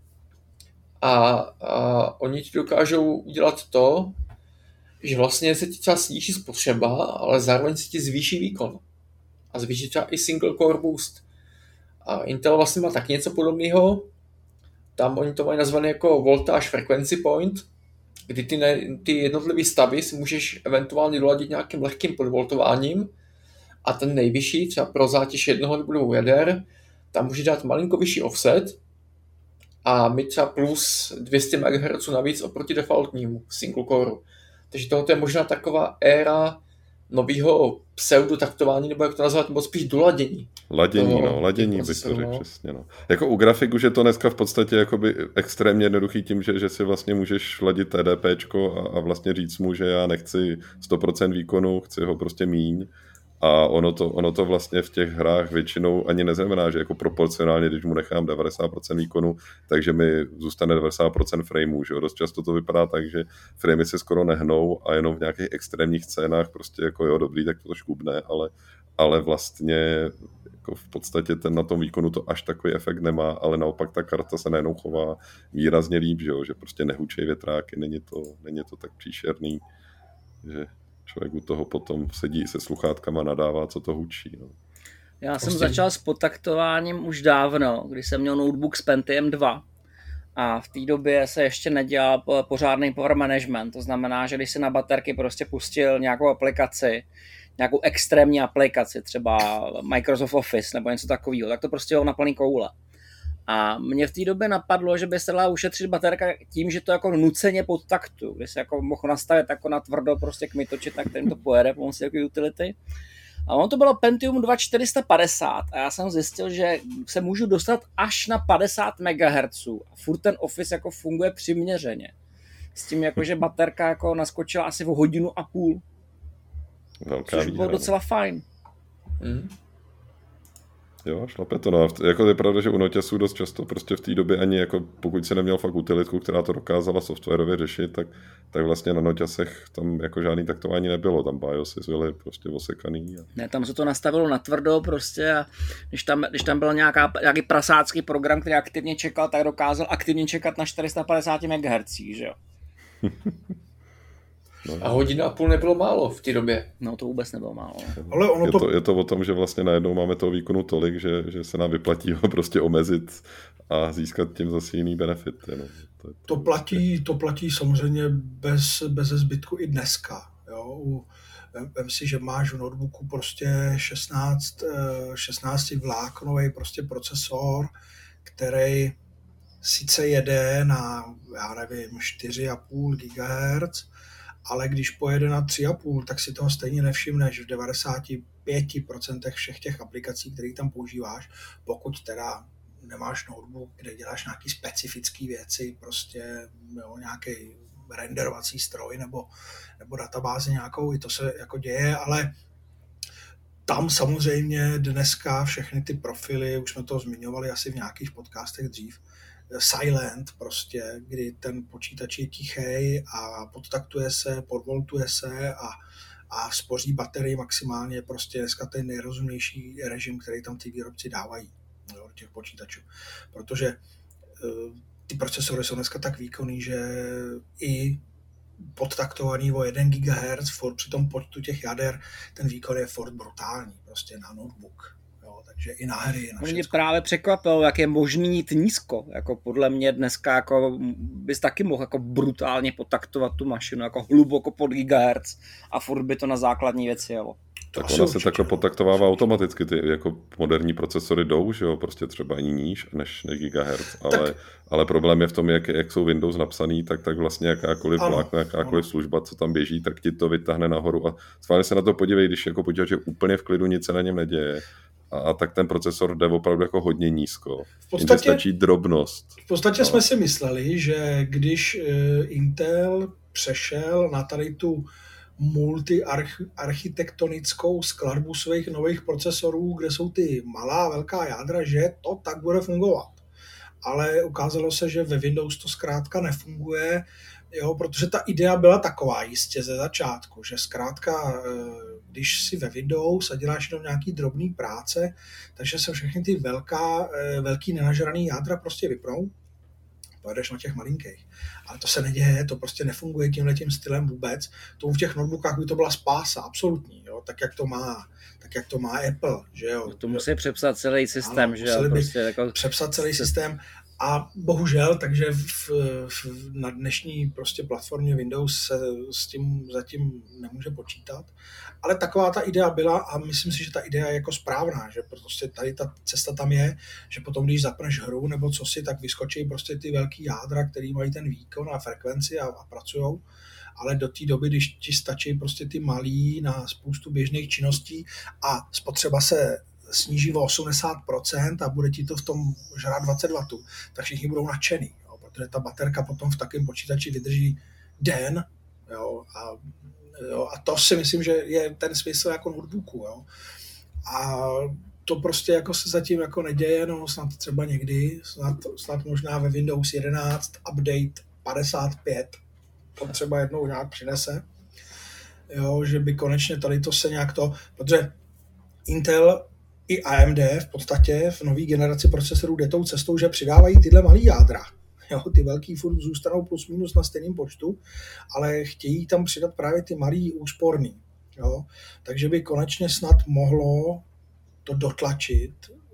a, a oni ti dokážou udělat to, že vlastně se ti třeba sníží spotřeba, ale zároveň se ti zvýší výkon. A zvýší třeba i single core boost. A Intel vlastně má taky něco podobného. Tam oni to mají nazvané jako voltage frequency point, kdy ty, ne, ty jednotlivé stavy si můžeš eventuálně doladit nějakým lehkým podvoltováním a ten nejvyšší, třeba pro zátěž jednoho nebo dvou jader, tam může dát malinko vyšší offset a mít třeba plus dvě stě megahertzů navíc oproti defaultnímu single core. Takže tohle je možná taková éra nového pseudotaktování, nebo jak to nazvat, nebo spíš doladění. Ladění, no, ladění bych to řekl přesně, no. Jako u grafik už je to dneska v podstatě jakoby extrémně jednoduchý tím, že, že si vlastně můžeš ladit TDPčko a, a vlastně říct mu, že já nechci sto procent výkonu, chci ho prostě míň. A ono to, ono to vlastně v těch hrách většinou ani neznamená, že jako proporcionálně, když mu nechám devadesát procent výkonu, takže mi zůstane devadesát procent frameů. Že jo? Dost často to vypadá tak, že framey se skoro nehnou a jenom v nějakých extrémních scénách prostě jako jo, dobrý, tak to škubne, ale, ale vlastně jako v podstatě ten na tom výkonu to až takový efekt nemá, ale naopak ta karta se najednou chová výrazně líp, že, jo? Že prostě nehučej větráky, není to, není to tak příšerný, že člověk u toho potom sedí se sluchátkama a nadává, co to hučí. No. Já prostě jsem začal s podtaktováním už dávno, když jsem měl notebook s Pentium dva a v té době se ještě nedělal pořádný power management. To znamená, že když si na baterky prostě pustil nějakou aplikaci, nějakou extrémní aplikaci, třeba Microsoft Office nebo něco takového, tak to prostě ho na plný koule. A mě v té době napadlo, že by se dala ušetřit baterka tím, že to jako nuceně pod taktu, kdy se jako mohl nastavit jako na tvrdo prostě kmitočit, tak kterým to pojede pomocí jako utility. A ono to bylo Pentium dva čtyři sta padesát a já jsem zjistil, že se můžu dostat až na padesát megahertzů a furt ten Office jako funguje přiměřeně. S tím jako, že baterka jako naskočila asi o hodinu a půl. Velká což bylo docela fajn. Mm. Jo, šlape to. No. Jako je pravda, že u Noťasů dost často prostě v té době ani jako pokud si neměl fakt utilitku, která to dokázala softwarově řešit, tak, tak vlastně na Noťasech tam jako žádný taktování nebylo. Tam BIOSy byly prostě osekaný. A... Ne, tam se to nastavilo na tvrdo prostě a když tam, když tam byl nějaká, nějaký prasácký program, který aktivně čekal, tak dokázal aktivně čekat na čtyři sta padesát megahertzů, že jo. No, a hodina a půl nebylo málo v té době. No to vůbec nebylo málo. Ale ono je, to... to, je to o tom, že vlastně najednou máme toho výkonu tolik, že, že se nám vyplatí ho prostě omezit a získat tím zase jiný benefity. No. To, to, to, platí, to platí samozřejmě bez, bez zbytku i dneska. Jo? U, vem, vem si, že máš v notebooku prostě šestnáct, šestnáct vláknový prostě procesor, který sice jede na, já nevím, čtyři a půl gigahertz, ale když pojede na tři a půl, tak si toho stejně nevšimneš v devadesát pět procent všech těch aplikací, které tam používáš, pokud teda nemáš notebook, kde děláš nějaké specifické věci, prostě jo, nějaký renderovací stroj nebo, nebo databázi nějakou, i to se jako děje, ale tam samozřejmě dneska všechny ty profily, už jsme to zmiňovali asi v nějakých podcastech dřív, silent prostě, kdy ten počítač je tichý a podtaktuje se, podvoltuje se a, a spoří baterii maximálně, prostě dneska ten nejrozumnější režim, který tam ty výrobci dávají, jo, těch počítačů. Protože uh, ty procesory jsou dneska tak výkonný, že i podtaktovaný o jeden gigahertz, furt při tom počtu těch jader, ten výkon je furt brutální, prostě na notebook. Jo, takže i na hry, na mě právě překvapilo, jak je možný jít nízko. Jako podle mě dneska jako bys taky mohl jako brutálně potaktovat tu mašinu, jako hluboko pod gigahertz a furt by to na základní věci jelo. Tak ona se takhle potaktovává automaticky, ty jako moderní procesory jdou, že jo, prostě třeba ani níž než, než gigahertz, ale, ale problém je v tom, jak, jak jsou Windows napsaný, tak, tak vlastně jakákoliv vlákna, jakákoliv ano. služba, co tam běží, tak ti to vytáhne nahoru a schválně se na to podívej, když jako počítač je úplně v klidu, nic se na něm neděje. A, a tak ten procesor jde opravdu jako hodně nízko. V podstatě stačí drobnost. V podstatě no. jsme si mysleli, že když uh, Intel přešel na tady tu multiarchitektonickou skladbu svých nových procesorů, kde jsou ty malá, velká jádra, že to tak bude fungovat. Ale ukázalo se, že ve Windows to zkrátka nefunguje, jo, protože ta idea byla taková jistě ze začátku, že zkrátka, když si ve Windows a děláš jenom nějaký drobný práce, takže se všechny ty velká, velký nenažraný jádra prostě vypnou, pojedeš na těch malinkých. Ale to se neděje, to prostě nefunguje tímhletím stylem vůbec. To v těch notebookách by to byla spása, absolutní, jo, tak jak to má, tak jak to má Apple, že jo. To musí přepsat celý systém, ano, že jo. Prostě jako... Přepsat celý systém a bohužel, takže v, v, na dnešní prostě platformě Windows se s tím zatím nemůže počítat. Ale taková ta idea byla a myslím si, že ta idea je jako správná, že prostě tady ta cesta tam je, že potom, když zapneš hru nebo co si, tak vyskočí prostě ty velký jádra, který mají ten výkon a frekvenci a, a pracujou. Ale do té doby, když ti stačí prostě ty malý na spoustu běžných činností a spotřeba se sníží o osmdesát procent a bude ti to v tom žrát dvacet wattů, tak všichni budou nadšený, jo, protože ta baterka potom v takovém počítači vydrží den, jo, a, jo, a to si myslím, že je ten smysl jako notebooku. Jo. A to prostě jako se zatím jako neděje, no snad třeba někdy, snad, snad možná ve Windows jedenáct update padesát pět to třeba jednou nějak přinese, jo, že by konečně tady to se nějak to, protože Intel i A M D v podstatě v nový generaci procesorů jde tou cestou, že přidávají tyhle malý jádra. Jo, ty velký furt zůstanou plus minus na stejném počtu, ale chtějí tam přidat právě ty malý úsporný. Jo. Takže by konečně snad mohlo to dotlačit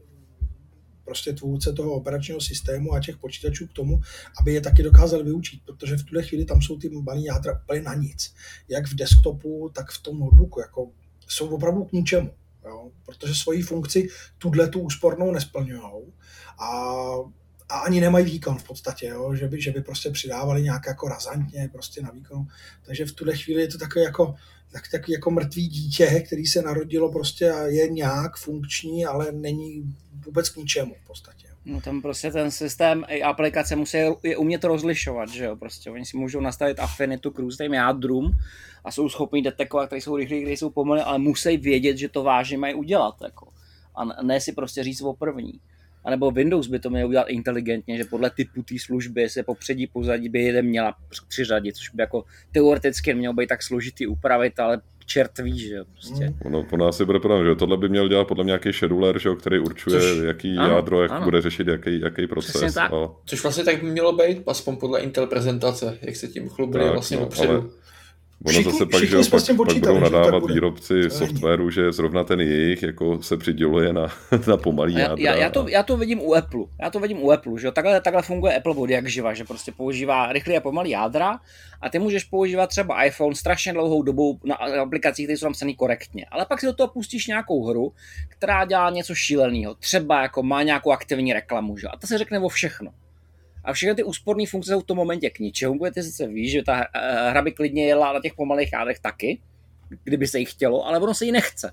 prostě tvůrce toho operačního systému a těch počítačů k tomu, aby je taky dokázali vyučit, protože v tuhle chvíli tam jsou ty malý jádra úplně na nic. Jak v desktopu, tak v tom notebooku. Jako jsou opravdu k ničemu. Jo, protože svoji funkci tuhle tu úspornou nesplňujou a, a ani nemají výkon v podstatě, jo, že, by, že by prostě přidávali nějak jako razantně prostě na výkonu. Takže v tuhle chvíli je to takové jako, tak, takový jako mrtvý dítě, který se narodilo prostě a je nějak funkční, ale není vůbec k ničemu v podstatě. No tam prostě ten systém i aplikace musí je umět rozlišovat, že jo, prostě oni si můžou nastavit afinitu k různým jádrům a jsou schopni detekovat, které jsou rychlé, které jsou pomalé, ale musí vědět, že to vážně mají udělat, jako. A ne si prostě říct o první. A nebo Windows by to měl udělat inteligentně, že podle typu té služby se popředí, pozadí by jeden měla přiřadit, což by jako teoreticky nemělo být tak složitý upravit, ale čert ví, že jo, prostě. Ono po nás si bude pravda, že tohle by měl dělat podle mě nějaký scheduler, že jo, který určuje, což, jaký ano, jádro, jak ano. bude řešit jaký, jaký proces. Tak. A... Což vlastně tak by mělo být, aspoň podle Intel prezentace, jak se tím chlubili tak, vlastně no, dopředu. Ale... Ono Všichni- zase pak, všichni že jo, jsme s tím pak, pak počítali, budou že to tak nadávat bude. výrobci To softwaru, že zrovna ten jejich jako se přiděluje na, na pomalý Já, jádra. já, já, to, a- já to vidím u Apple. Já to vidím u Apple, že jo? Takhle, takhle funguje Apple od jak živa, že prostě používá rychlý a pomalý jádra a ty můžeš používat třeba iPhone strašně dlouhou dobu na aplikacích, které jsou tam psaný korektně. Ale pak si do toho pustíš nějakou hru, která dělá něco šíleného. Třeba jako má nějakou aktivní reklamu, že? A to se řekne o všechno. A všechny ty úsporné funkce jsou v tom momentě k ničemu, protože ty sice víš, že ta eh, hra by klidně jela na těch pomalých jádrech taky, kdyby se jí chtělo, ale ono se jí nechce.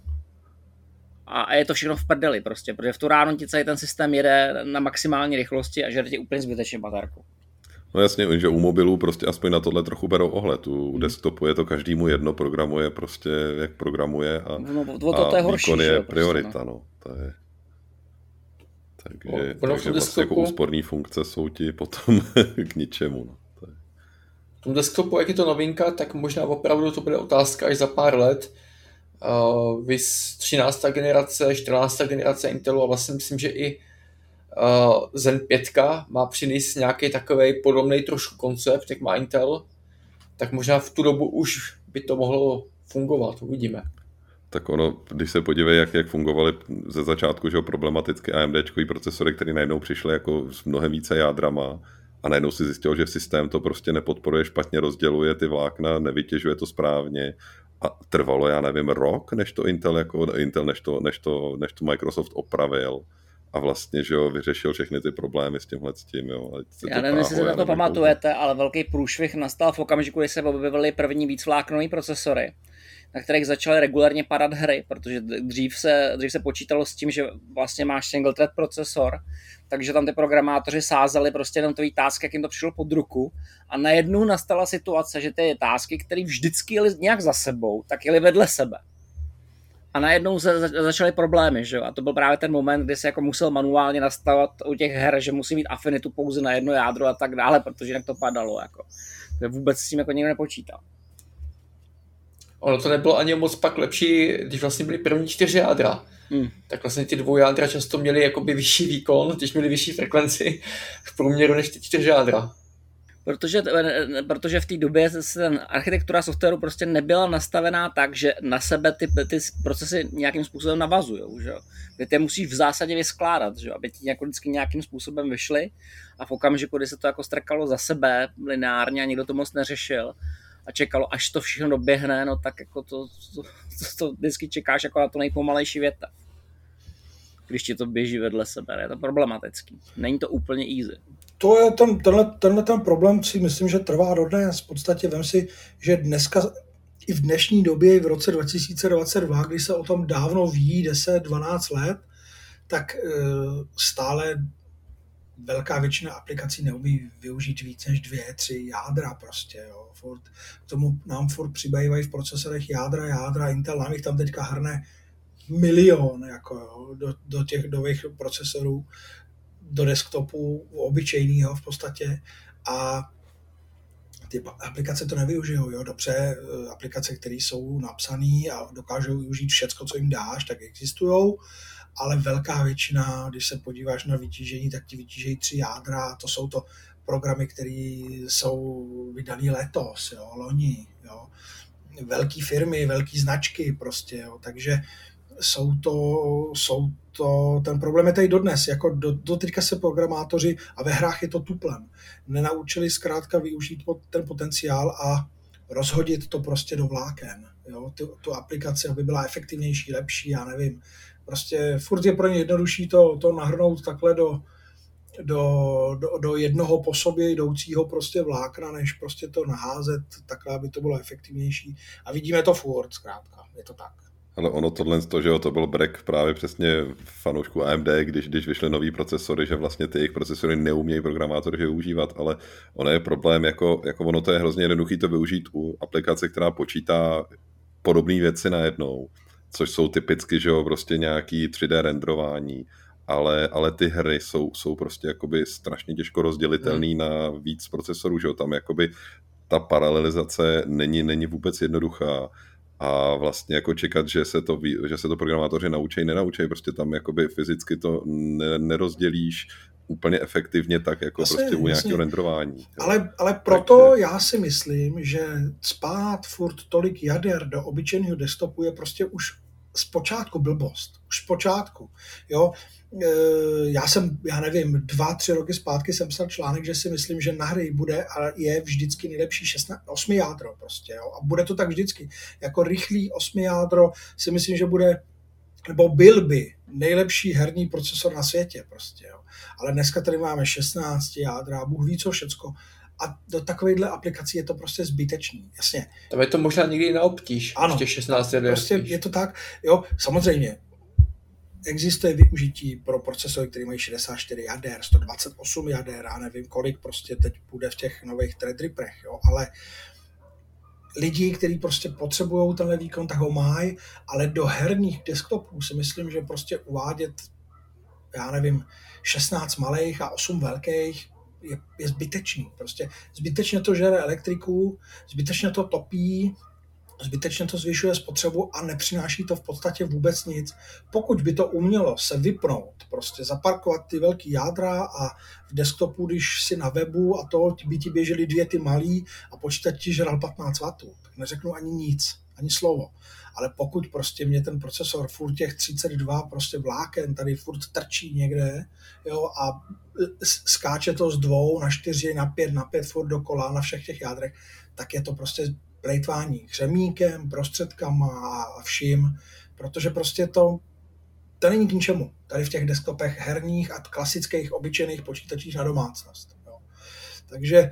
A je to všechno v prdeli prostě, protože v tu ráno ti celý ten systém jede na maximální rychlosti a žere ti úplně zbytečně baterku. No jasně, že u mobilů prostě aspoň na tohle trochu berou ohled. U desktopu je to každému jedno, programuje prostě, jak programuje a, No, o to, a to je horší, výkon že je jo, priorita, prostě, no. To je... Takže, Ono v tom takže vlastně jako desktopu- úsporné funkce jsou ti potom k ničemu. No. To je... V tom desktopu, jak je to novinka, tak možná opravdu to bude otázka až za pár let. Uh, vys třináctá generace, čtrnáctá generace Intelu a vlastně myslím, že i uh, Zen pět má přinést nějaký takovej podobný trošku koncept, jak má Intel, tak možná v tu dobu už by to mohlo fungovat, uvidíme. Tak ono, když se podívej, jak, jak fungovaly ze začátku, že jo, problematicky AMDčkový procesory, které najednou přišly jako s mnohem více jádrama a najednou si zjistil, že systém to prostě nepodporuje, špatně rozděluje ty vlákna, nevytěžuje to správně a trvalo, já nevím, rok, než to Intel, jako Intel, než to, než to, než to Microsoft opravil a vlastně, že jo, vyřešil všechny ty problémy s tímhle s tím, jo. Já nevím, jestli se na to pamatujete, ale velký průšvih nastal v okamžiku, kdy se objevily první vícvláknové procesory, na kterých začaly regulárně padat hry, protože dřív se, dřív se počítalo s tím, že vlastně máš single thread procesor, takže tam ty programátoři sázeli prostě jenom tvý task, jak jim to přišlo pod ruku a najednou nastala situace, že ty tasky, které vždycky jeli nějak za sebou, tak jeli vedle sebe. A najednou se začaly problémy, že jo? A to byl právě ten moment, kdy se jako musel manuálně nastavovat u těch her, že musí mít afinitu pouze na jedno jádro a tak dále, protože jinak to padalo, jako. Vůbec s tím jako nikdo nepočítal. Ono to nebylo ani moc pak lepší, když vlastně byly první čtyři jádra. Hmm. Tak vlastně ty dvou jádra často měly jakoby vyšší výkon, když měly vyšší frekvenci v průměru než ty čtyři jádra. Protože, protože v té době ten architektura softwaru prostě nebyla nastavená tak, že na sebe ty, ty procesy nějakým způsobem navazujou, že jo. Ty ty musíš v zásadě vyskládat, že jo, aby ti jako vždycky nějakým způsobem vyšly a v okamžiku, kdy se to jako strkalo za sebe lineárně a nikdo to moc neřešil a čekalo, až to všechno doběhne, no tak jako to, to, to, to vždycky čekáš jako na to nejpomalejší věta. Když ti to běží vedle sebe, je to problematický. Není to úplně easy. To je ten, tenhle, tenhle ten problém, si myslím, že trvá dodnes. V podstatě vem si, že dneska, i v dnešní době, i v roce dva tisíce dvacet dva, když se o tom dávno ví, deset dvanáct let, tak e, stále velká většina aplikací neumí využít víc než dvě, tři jádra prostě. Jo. Furt, k tomu nám furt přibývají v procesorech jádra, jádra, Intel nám jich tam teďka hrne milion jako, jo, do, do těch nových procesorů, do desktopu obyčejného v podstatě a ty aplikace to nevyužijou, jo, dobře, aplikace, které jsou napsané a dokážou využít všecko, co jim dáš, tak existujou, ale velká většina, když se podíváš na vytížení, tak ti vytížejí tři jádra a to jsou to programy, které jsou vydané letos, jo, loni, jo, velké firmy, velké značky prostě, jo, takže jsou to, jsou to, ten problém je tady dodnes, jako do, do teďka se programátoři, a ve hrách je to tuplem, nenaučili zkrátka využít ten potenciál a rozhodit to prostě do vláken, jo, tu, tu aplikaci, aby byla efektivnější, lepší, já nevím, prostě furt je pro ně jednodušší to, to nahrnout takhle do, do, do, do jednoho po sobě jdoucího prostě vlákna, než prostě to naházet takhle, aby to bylo efektivnější a vidíme to furt, zkrátka, je to tak. Ale ono tohle, to, že jo, to byl brek právě přesně fanoušku A M D, když, když vyšly nový procesory, že vlastně ty jejich procesory neumějí programátoři využívat, ale ono je problém, jako, jako ono to je hrozně jednoduchý to využít u aplikace, která počítá podobné věci najednou, což jsou typicky, že jo, prostě nějaký tři dé renderování, ale, ale ty hry jsou, jsou prostě jakoby strašně těžko rozdělitelný hmm. na víc procesorů, že jo, tam jakoby ta paralelizace není, není vůbec jednoduchá. A vlastně jako čekat, že se to, že se to programátoři naučí, nenaučí, prostě tam jakoby fyzicky to ne, nerozdělíš úplně efektivně tak jako Jasně, prostě u jasně. nějakého renderování. Ale, ale proto Takže... já si myslím, že spát furt tolik jader do obyčejného desktopu je prostě už z počátku blbost. Už z počátku. Jo? Já jsem, já nevím, dva, tři roky zpátky jsem psal článek, že si myslím, že na hry bude a je vždycky nejlepší šestnáct, osmi jádro prostě. Jo? A bude to tak vždycky. Jako rychlý osmi jádro si myslím, že bude, nebo byl by nejlepší herní procesor na světě prostě. Jo? Ale dneska tady máme šestnáct jádra, Bůh ví co všecko. A do takovýchhle aplikací je to prostě zbytečný, jasně. Tam je to možná někdy na obtíž, ano, těch šestnáct jader. Prostě je to tak, jo, samozřejmě. Existuje využití pro procesory, které mají šedesát čtyři jader, sto dvacet osm jader, já nevím kolik prostě teď bude v těch nových Threadripperech, jo, ale lidi, kteří prostě potřebují tenhle výkon, tak ho mají, ale do herních desktopů si myslím, že prostě uvádět, já nevím, šestnáct malých a osm velkých je, je zbytečný. Prostě zbytečně to žere elektriku, zbytečně to topí, zbytečně to zvyšuje spotřebu a nepřináší to v podstatě vůbec nic. Pokud by to umělo se vypnout, prostě zaparkovat ty velký jádra a v desktopu, když si na webu a to by ti běžely dvě ty malý a počítač ti žral patnáct wattů, tak neřeknu ani nic, ani slovo. Ale pokud prostě mě ten procesor furt těch třicet dva prostě vláken tady furt trčí někde, jo, a skáče to z dvou na čtyři, na pět, na pět furt dokola na všech těch jádrech, tak je to prostě plejtvání křemíkem, prostředkama a vším, protože prostě to, to není k ničemu. Tady v těch desktopech herních a klasických obyčejných počítačích na domácnost. Jo. Takže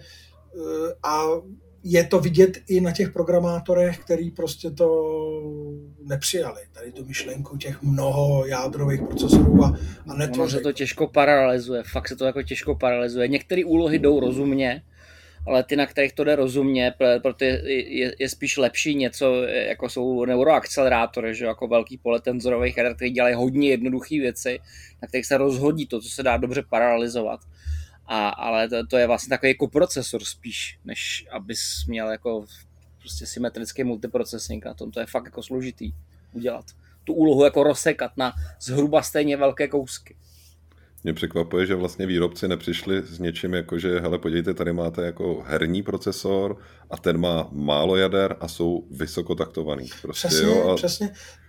a je to vidět i na těch programátorech, který prostě to nepřijali. Tady tu myšlenku těch mnoho jádrových procesorů a, a netvoří. Ono se to těžko paralelizuje, fakt se to jako těžko paralelizuje. Některé úlohy jdou rozumně, ale ty, na kterých to jde rozumně, protože je, je, je spíš lepší něco, jako jsou neuroakcelerátory, že jako velký pole tenzorových jader, který dělají hodně jednoduché věci, na kterých se rozhodí to, co se dá dobře paralelizovat. A, ale to, to je vlastně takový koprocesor spíš, než abys měl jako prostě symetrický multiprocessing. Na tom to je fakt jako složitý udělat. Tu úlohu jako rozsekat na zhruba stejně velké kousky. Mě překvapuje, že vlastně výrobci nepřišli s něčím jako, že hele, podívejte, tady máte jako herní procesor a ten má málo jader a jsou vysokotaktovaný. Prostě, přesně, jo, a... přesně.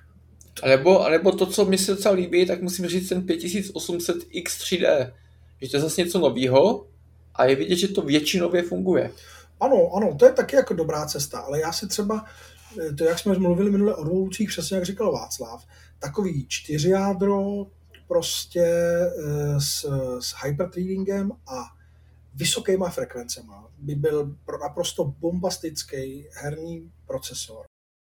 A nebo, a nebo to, co mi se docela líbí, tak musím říct ten pět tisíc osm set X tři D. Že to je zase něco novýho a je vidět, že to většinově funguje. Ano, ano, to je taky jako dobrá cesta, ale já si třeba, to jak jsme mluvili minule o revolucích, přesně jak říkal Václav, takový čtyřjádro prostě s, s hyperthreadingem a vysokýma frekvencema by byl naprosto bombastický herní procesor.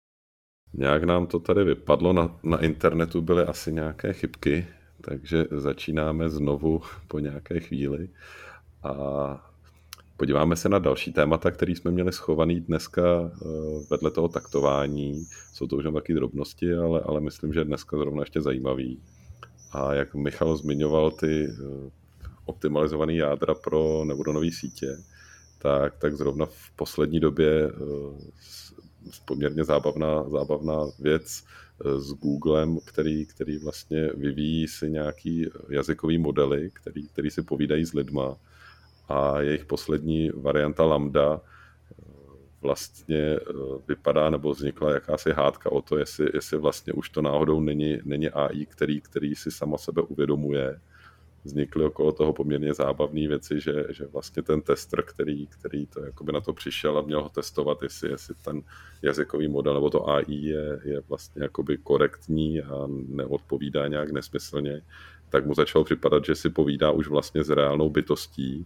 Nějak nám to tady vypadlo, na, na internetu byly asi nějaké chybky, takže začínáme znovu po nějaké chvíli a podíváme se na další témata, které jsme měli schovaný dneska vedle toho taktování. Jsou to už jen taky drobnosti, ale, ale myslím, že dneska zrovna ještě zajímavý. A jak Michal zmiňoval ty optimalizované jádra pro neuronové sítě, tak, tak zrovna v poslední době poměrně zábavná, zábavná věc s Googlem, který, který vlastně vyvíjí si nějaký jazykový modely, který, který si povídají s lidma a jejich poslední varianta Lambda vlastně vypadá, nebo vznikla jakási hádka o to, jestli, jestli vlastně už to náhodou není, není A I, který, který si sama sebe uvědomuje. Vznikly okolo toho poměrně zábavné věci, že, že vlastně ten tester, který, který to jakoby na to přišel a měl ho testovat, jestli, jestli ten jazykový model nebo to A I je, je vlastně jakoby korektní a neodpovídá nějak nesmyslně, tak mu začalo připadat, že si povídá už vlastně s reálnou bytostí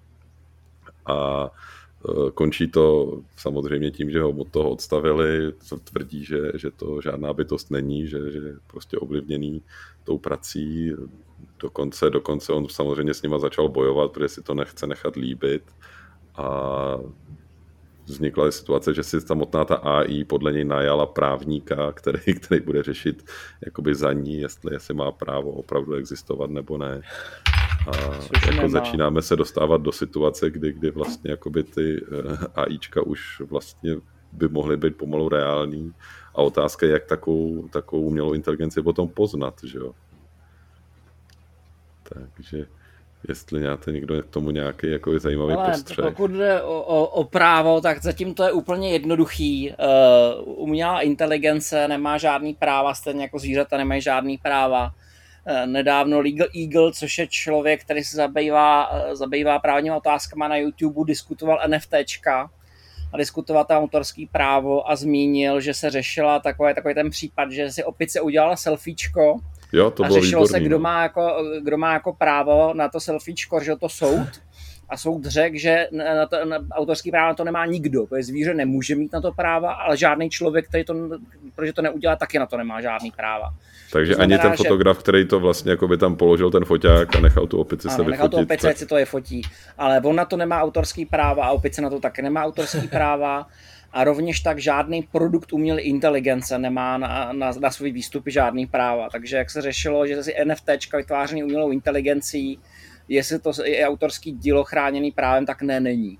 a končí to samozřejmě tím, že ho od toho odstavili, tvrdí, že, že to žádná bytost není, že, že je prostě ovlivněný tou prací. Dokonce, dokonce on samozřejmě s nima začal bojovat, protože si to nechce nechat líbit a vznikla situace, že si samotná ta A I podle něj najala právníka, který, který bude řešit jakoby za ní, jestli, jestli má právo opravdu existovat nebo ne. A jako začínáme se dostávat do situace, kdy, kdy vlastně jakoby ty AIčka už vlastně by mohly být pomalu reální a otázka je, jak takovou, takovou umělou inteligenci potom poznat, že jo. Takže jestli máte někdo k tomu nějaký jako zajímavý Ale postřeh. Pokud jde o, o, o právo, tak zatím to je úplně jednoduchý. Uh, umělá inteligence nemá žádný práva, stejně jako zvířata nemají žádný práva. Uh, nedávno Legal Eagle, což je člověk, který se zabývá, uh, zabývá právníma otázkama na YouTube, diskutoval NFTčka a diskutoval tam autorský právo a zmínil, že se řešila takový, takový ten případ, že si opice udělala selfiečko. Jo, to a bylo řešilo výborný, se, kdo no. má, jako, kdo má jako právo na to selfiečko, že to soud. A soud řekl, že na to, na autorský právo na to nemá nikdo. Protože zvíře nemůže mít na to práva, ale žádný člověk, který to, protože to neudělá, taky na to nemá žádný práva. Takže to znamená, ani ten že... fotograf, který to vlastně jako by tam položil ten foťák a nechal tu opici ano, se vyfotit. nechal tu opici, tak... si to je fotí. Ale on na to nemá autorský práva a opice na to taky nemá autorský práva. A rovněž tak žádný produkt umělé inteligence nemá na, na, na svůj výstupy žádný práva. Takže jak se řešilo, že si NFTčka vytvářený umělou inteligencí, jestli to je autorský dílo chráněný právem, tak ne, není.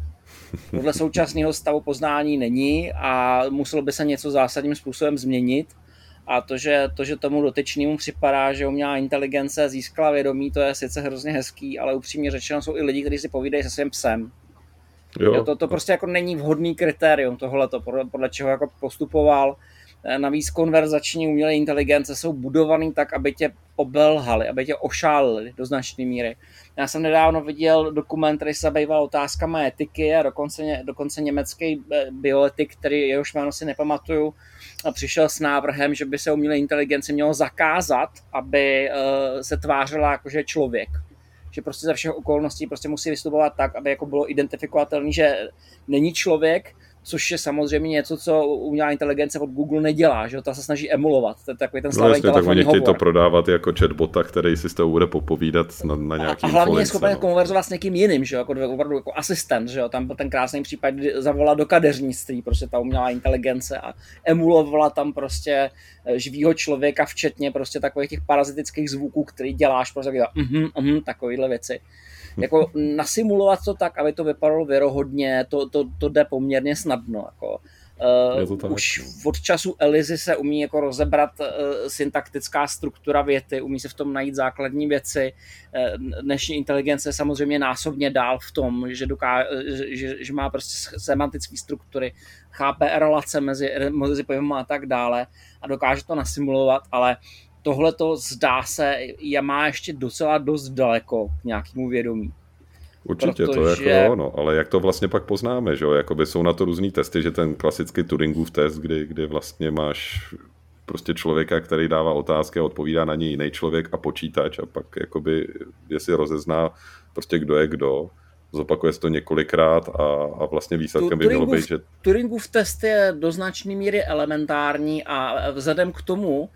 Podle současného stavu poznání není a muselo by se něco zásadním způsobem změnit. A to, že, to, že tomu dotyčnému připadá, že umělá inteligence získala vědomí, to je sice hrozně hezký, ale upřímně řečeno jsou i lidi, kteří si povídají se svým psem. Jo. Jo, to, to prostě jako není vhodný kritérium tohleto, podle, podle čeho jako postupoval. Navíc konverzační umělé inteligence jsou budovaný tak, aby tě obelhali, aby tě ošálili do značné míry. Já jsem nedávno viděl dokument, který se zabýval otázkama etiky a dokonce, dokonce německý bioetik, který jehož jméno si nepamatuju, a přišel s návrhem, že by se umělé inteligenci mělo zakázat, aby se tvářila jako, že je člověk. Že prostě za všech okolností prostě musí vystupovat tak, aby jako bylo identifikovatelný, že není člověk, což je samozřejmě něco, co umělá inteligence od Google nedělá, že ta se snaží emulovat. To je takový ten slavný no, telefonní tak oni hovor. To prodávat jako chatbota, který si s tou bude popovídat na, na nějaký A, a hlavně je schopen no. konverzovat s někým jiným, že jo, jako, opravdu jako asistent, že jo, tam byl ten krásný případ, kdy zavolala do kadeřnictví prostě ta umělá inteligence a emulovala tam prostě živýho člověka, včetně prostě takových těch parazitických zvuků, který děláš, prostě takový mhm, mhm, takovýhle věci. Jako nasimulovat to tak, aby to vypadalo věrohodně, to, to, to jde poměrně snadno. Jako. Uh, už od času Elizy se umí jako rozebrat uh, syntaktická struktura věty, umí se v tom najít základní věci. Uh, dnešní inteligence je samozřejmě násobně dál v tom, že, doká, že, že má prostě semantické struktury, chápe relace mezi, mezi pojmy a tak dále a dokáže to nasimulovat, ale tohle to zdá se, je má ještě docela dost daleko k nějakému vědomí. Určitě, protože... to jako ono, ale jak to vlastně pak poznáme, že jo, jakoby jsou na to různý testy, že ten klasický Turingův test, kdy, kdy vlastně máš prostě člověka, který dává otázky a odpovídá na ně jiný člověk a počítač a pak jakoby, jestli rozezná prostě kdo je kdo, zopakuje se to několikrát a, a vlastně výsledkem by mělo být, že... Turingův test je do značné míry elementární a vzhledem k tomu,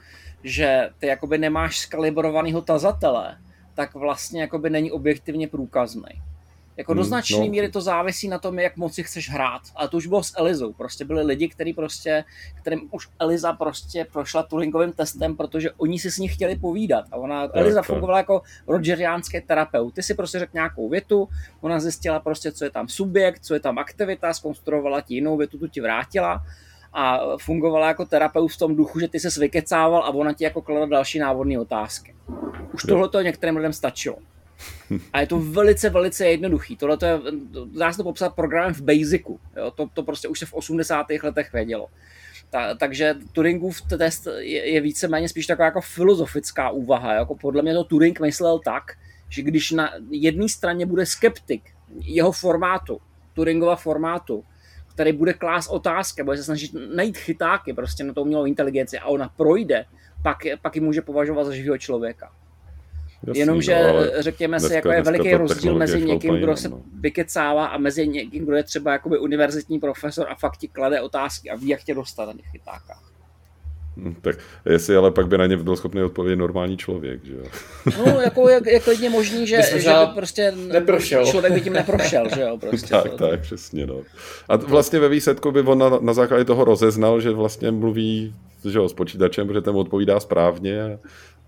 že ty jakoby nemáš skalibrovanýho tazatele, tak vlastně jakoby není objektivně průkazný. Jako do značné hmm, no. míry to závisí na tom, jak moc si chceš hrát. Ale to už bylo s Elizou. Prostě byli lidi, kteří prostě, kterým už Eliza prostě prošla Turingovým testem, protože oni si s ní chtěli povídat. A ona, tak, Eliza tak. fungovala jako rogeriánský terapeut. Ty si prostě řekl nějakou větu, ona zjistila prostě, co je tam subjekt, co je tam aktivita, zkonstruovala ti jinou větu, tu ti vrátila. A fungovala jako terapeut v tom duchu, že ty ses vykecával a ona ti jako kladla další návodné otázky. Už tohle to některým lidem stačilo. A je to velice, velice jednoduchý. Tohle je, dá se to popsat programem v Basicu. Jo? To, to prostě už se v osmdesátých letech vědělo. Ta, takže Turingův test je, je víceméně spíš taková jako filozofická úvaha. Jako podle mě to Turing myslel tak, že když na jedné straně bude skeptik jeho formátu, Turingova formátu, který bude klást otázky, bude se snažit najít chytáky prostě na to umělou inteligenci a ona projde, pak, pak ji může považovat za živého člověka. Jasný, Jenomže no, řekněme si, jako je veliký rozdíl mezi někým, kdo se no. vykecává a mezi někým, kdo je třeba jakoby univerzitní profesor a fakt ti klade otázky a ví, jak tě dostat na těch chytákách. Hmm, tak jestli ale pak by na ně byl schopný odpovědět normální člověk, že jo? No, jako je, je klidně možný, že, že by prostě neprošel. člověk by tím neprošel, že jo? Prostě tak, to, tak, přesně, no. A vlastně ve výsledku by on na, na základě toho rozeznal, že vlastně mluví, že jo, s počítačem, protože ten odpovídá správně a,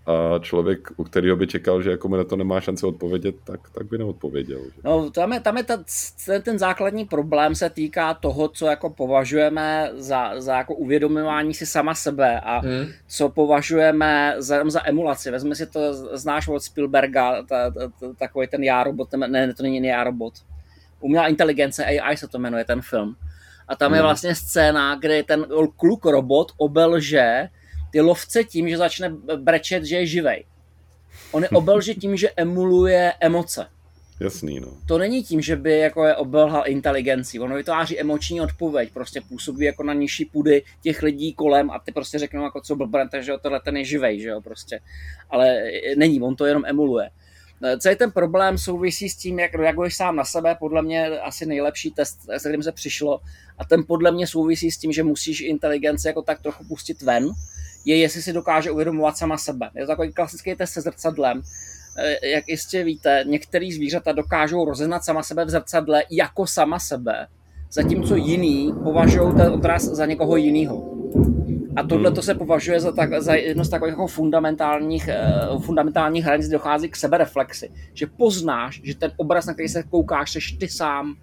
a člověk, u kterého by čekal, že jako mu na to nemá šanci odpovědět, tak, tak by neodpověděl. Že? No, tam je, tam je ta, ten základní problém se týká toho, co jako považujeme za, za jako uvědomování si sama sebe a hmm. co považujeme za, za emulaci. Vezmi si to, znáš od Spielberga, ta, ta, ta, takový ten Já robot, ne, to není Já robot. Umělá inteligence, A I se to jmenuje, ten film. A tam hmm. je vlastně scéna, kde ten kluk robot obelže ty lovce tím, že začne brečet, že je živej. On je obelže tím, že emuluje emoce. Jasný, no. To není tím, že by jako je obelhal inteligencí. Ono vytváří emoční odpověď, prostě působí jako na nižší půdy těch lidí kolem a ty prostě řeknou jako co blbnete, že jo, tohle ten je živej, že jo, prostě. Ale není, on to jenom emuluje. Celý ten problém souvisí s tím, jak reaguješ sám na sebe, podle mě asi nejlepší test, se kterým se přišlo, a ten podle mě souvisí s tím, že musíš inteligenci jako tak trochu pustit ven, je, jestli si dokáže uvědomovat sama sebe. Je to takový klasický test se zrcadlem. Jak jistě víte, některý zvířata dokážou rozeznat sama sebe v zrcadle jako sama sebe, zatímco jiný považují ten odraz za někoho jinýho. A tohle to se považuje za, tak, za jedno z takových jako fundamentálních, uh, fundamentálních hranic, kdy dochází k sebereflexi. Že poznáš, že ten obraz, na který se koukáš, seš ty sám.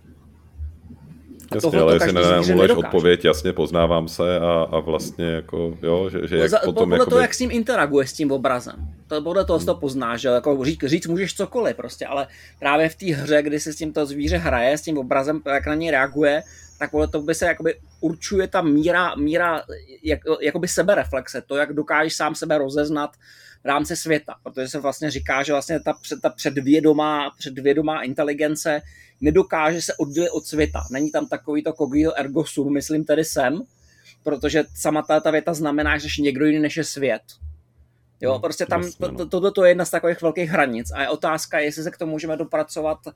A jasně, ale jestli nedámuleš odpověď, jasně poznávám se a, a vlastně jako, jo, že, že jak za, potom... Podle jakoby... toho, jak s ním interaguješ s tím obrazem. To, podle toho hmm. to poznáš, že jako říct, říct můžeš cokoliv prostě, ale právě v té hře, kdy se s tím to zvíře hraje, s tím obrazem, jak na něj reaguje, tak podle toho by se jakoby určuje ta míra, míra jak, jakoby sebereflexe, to, jak dokážeš sám sebe rozeznat v rámci světa, protože se vlastně říká, že vlastně ta, ta předvědomá, předvědomá inteligence nedokáže se oddělit od světa. Není tam takový to cogito ergo sum, myslím tedy jsem, protože sama ta, ta věta znamená, že jsi někdo jiný než je svět. Jo, prostě tam to, to, tohle to je jedna z takových velkých hranic a je otázka, jestli se k tomu můžeme dopracovat uh,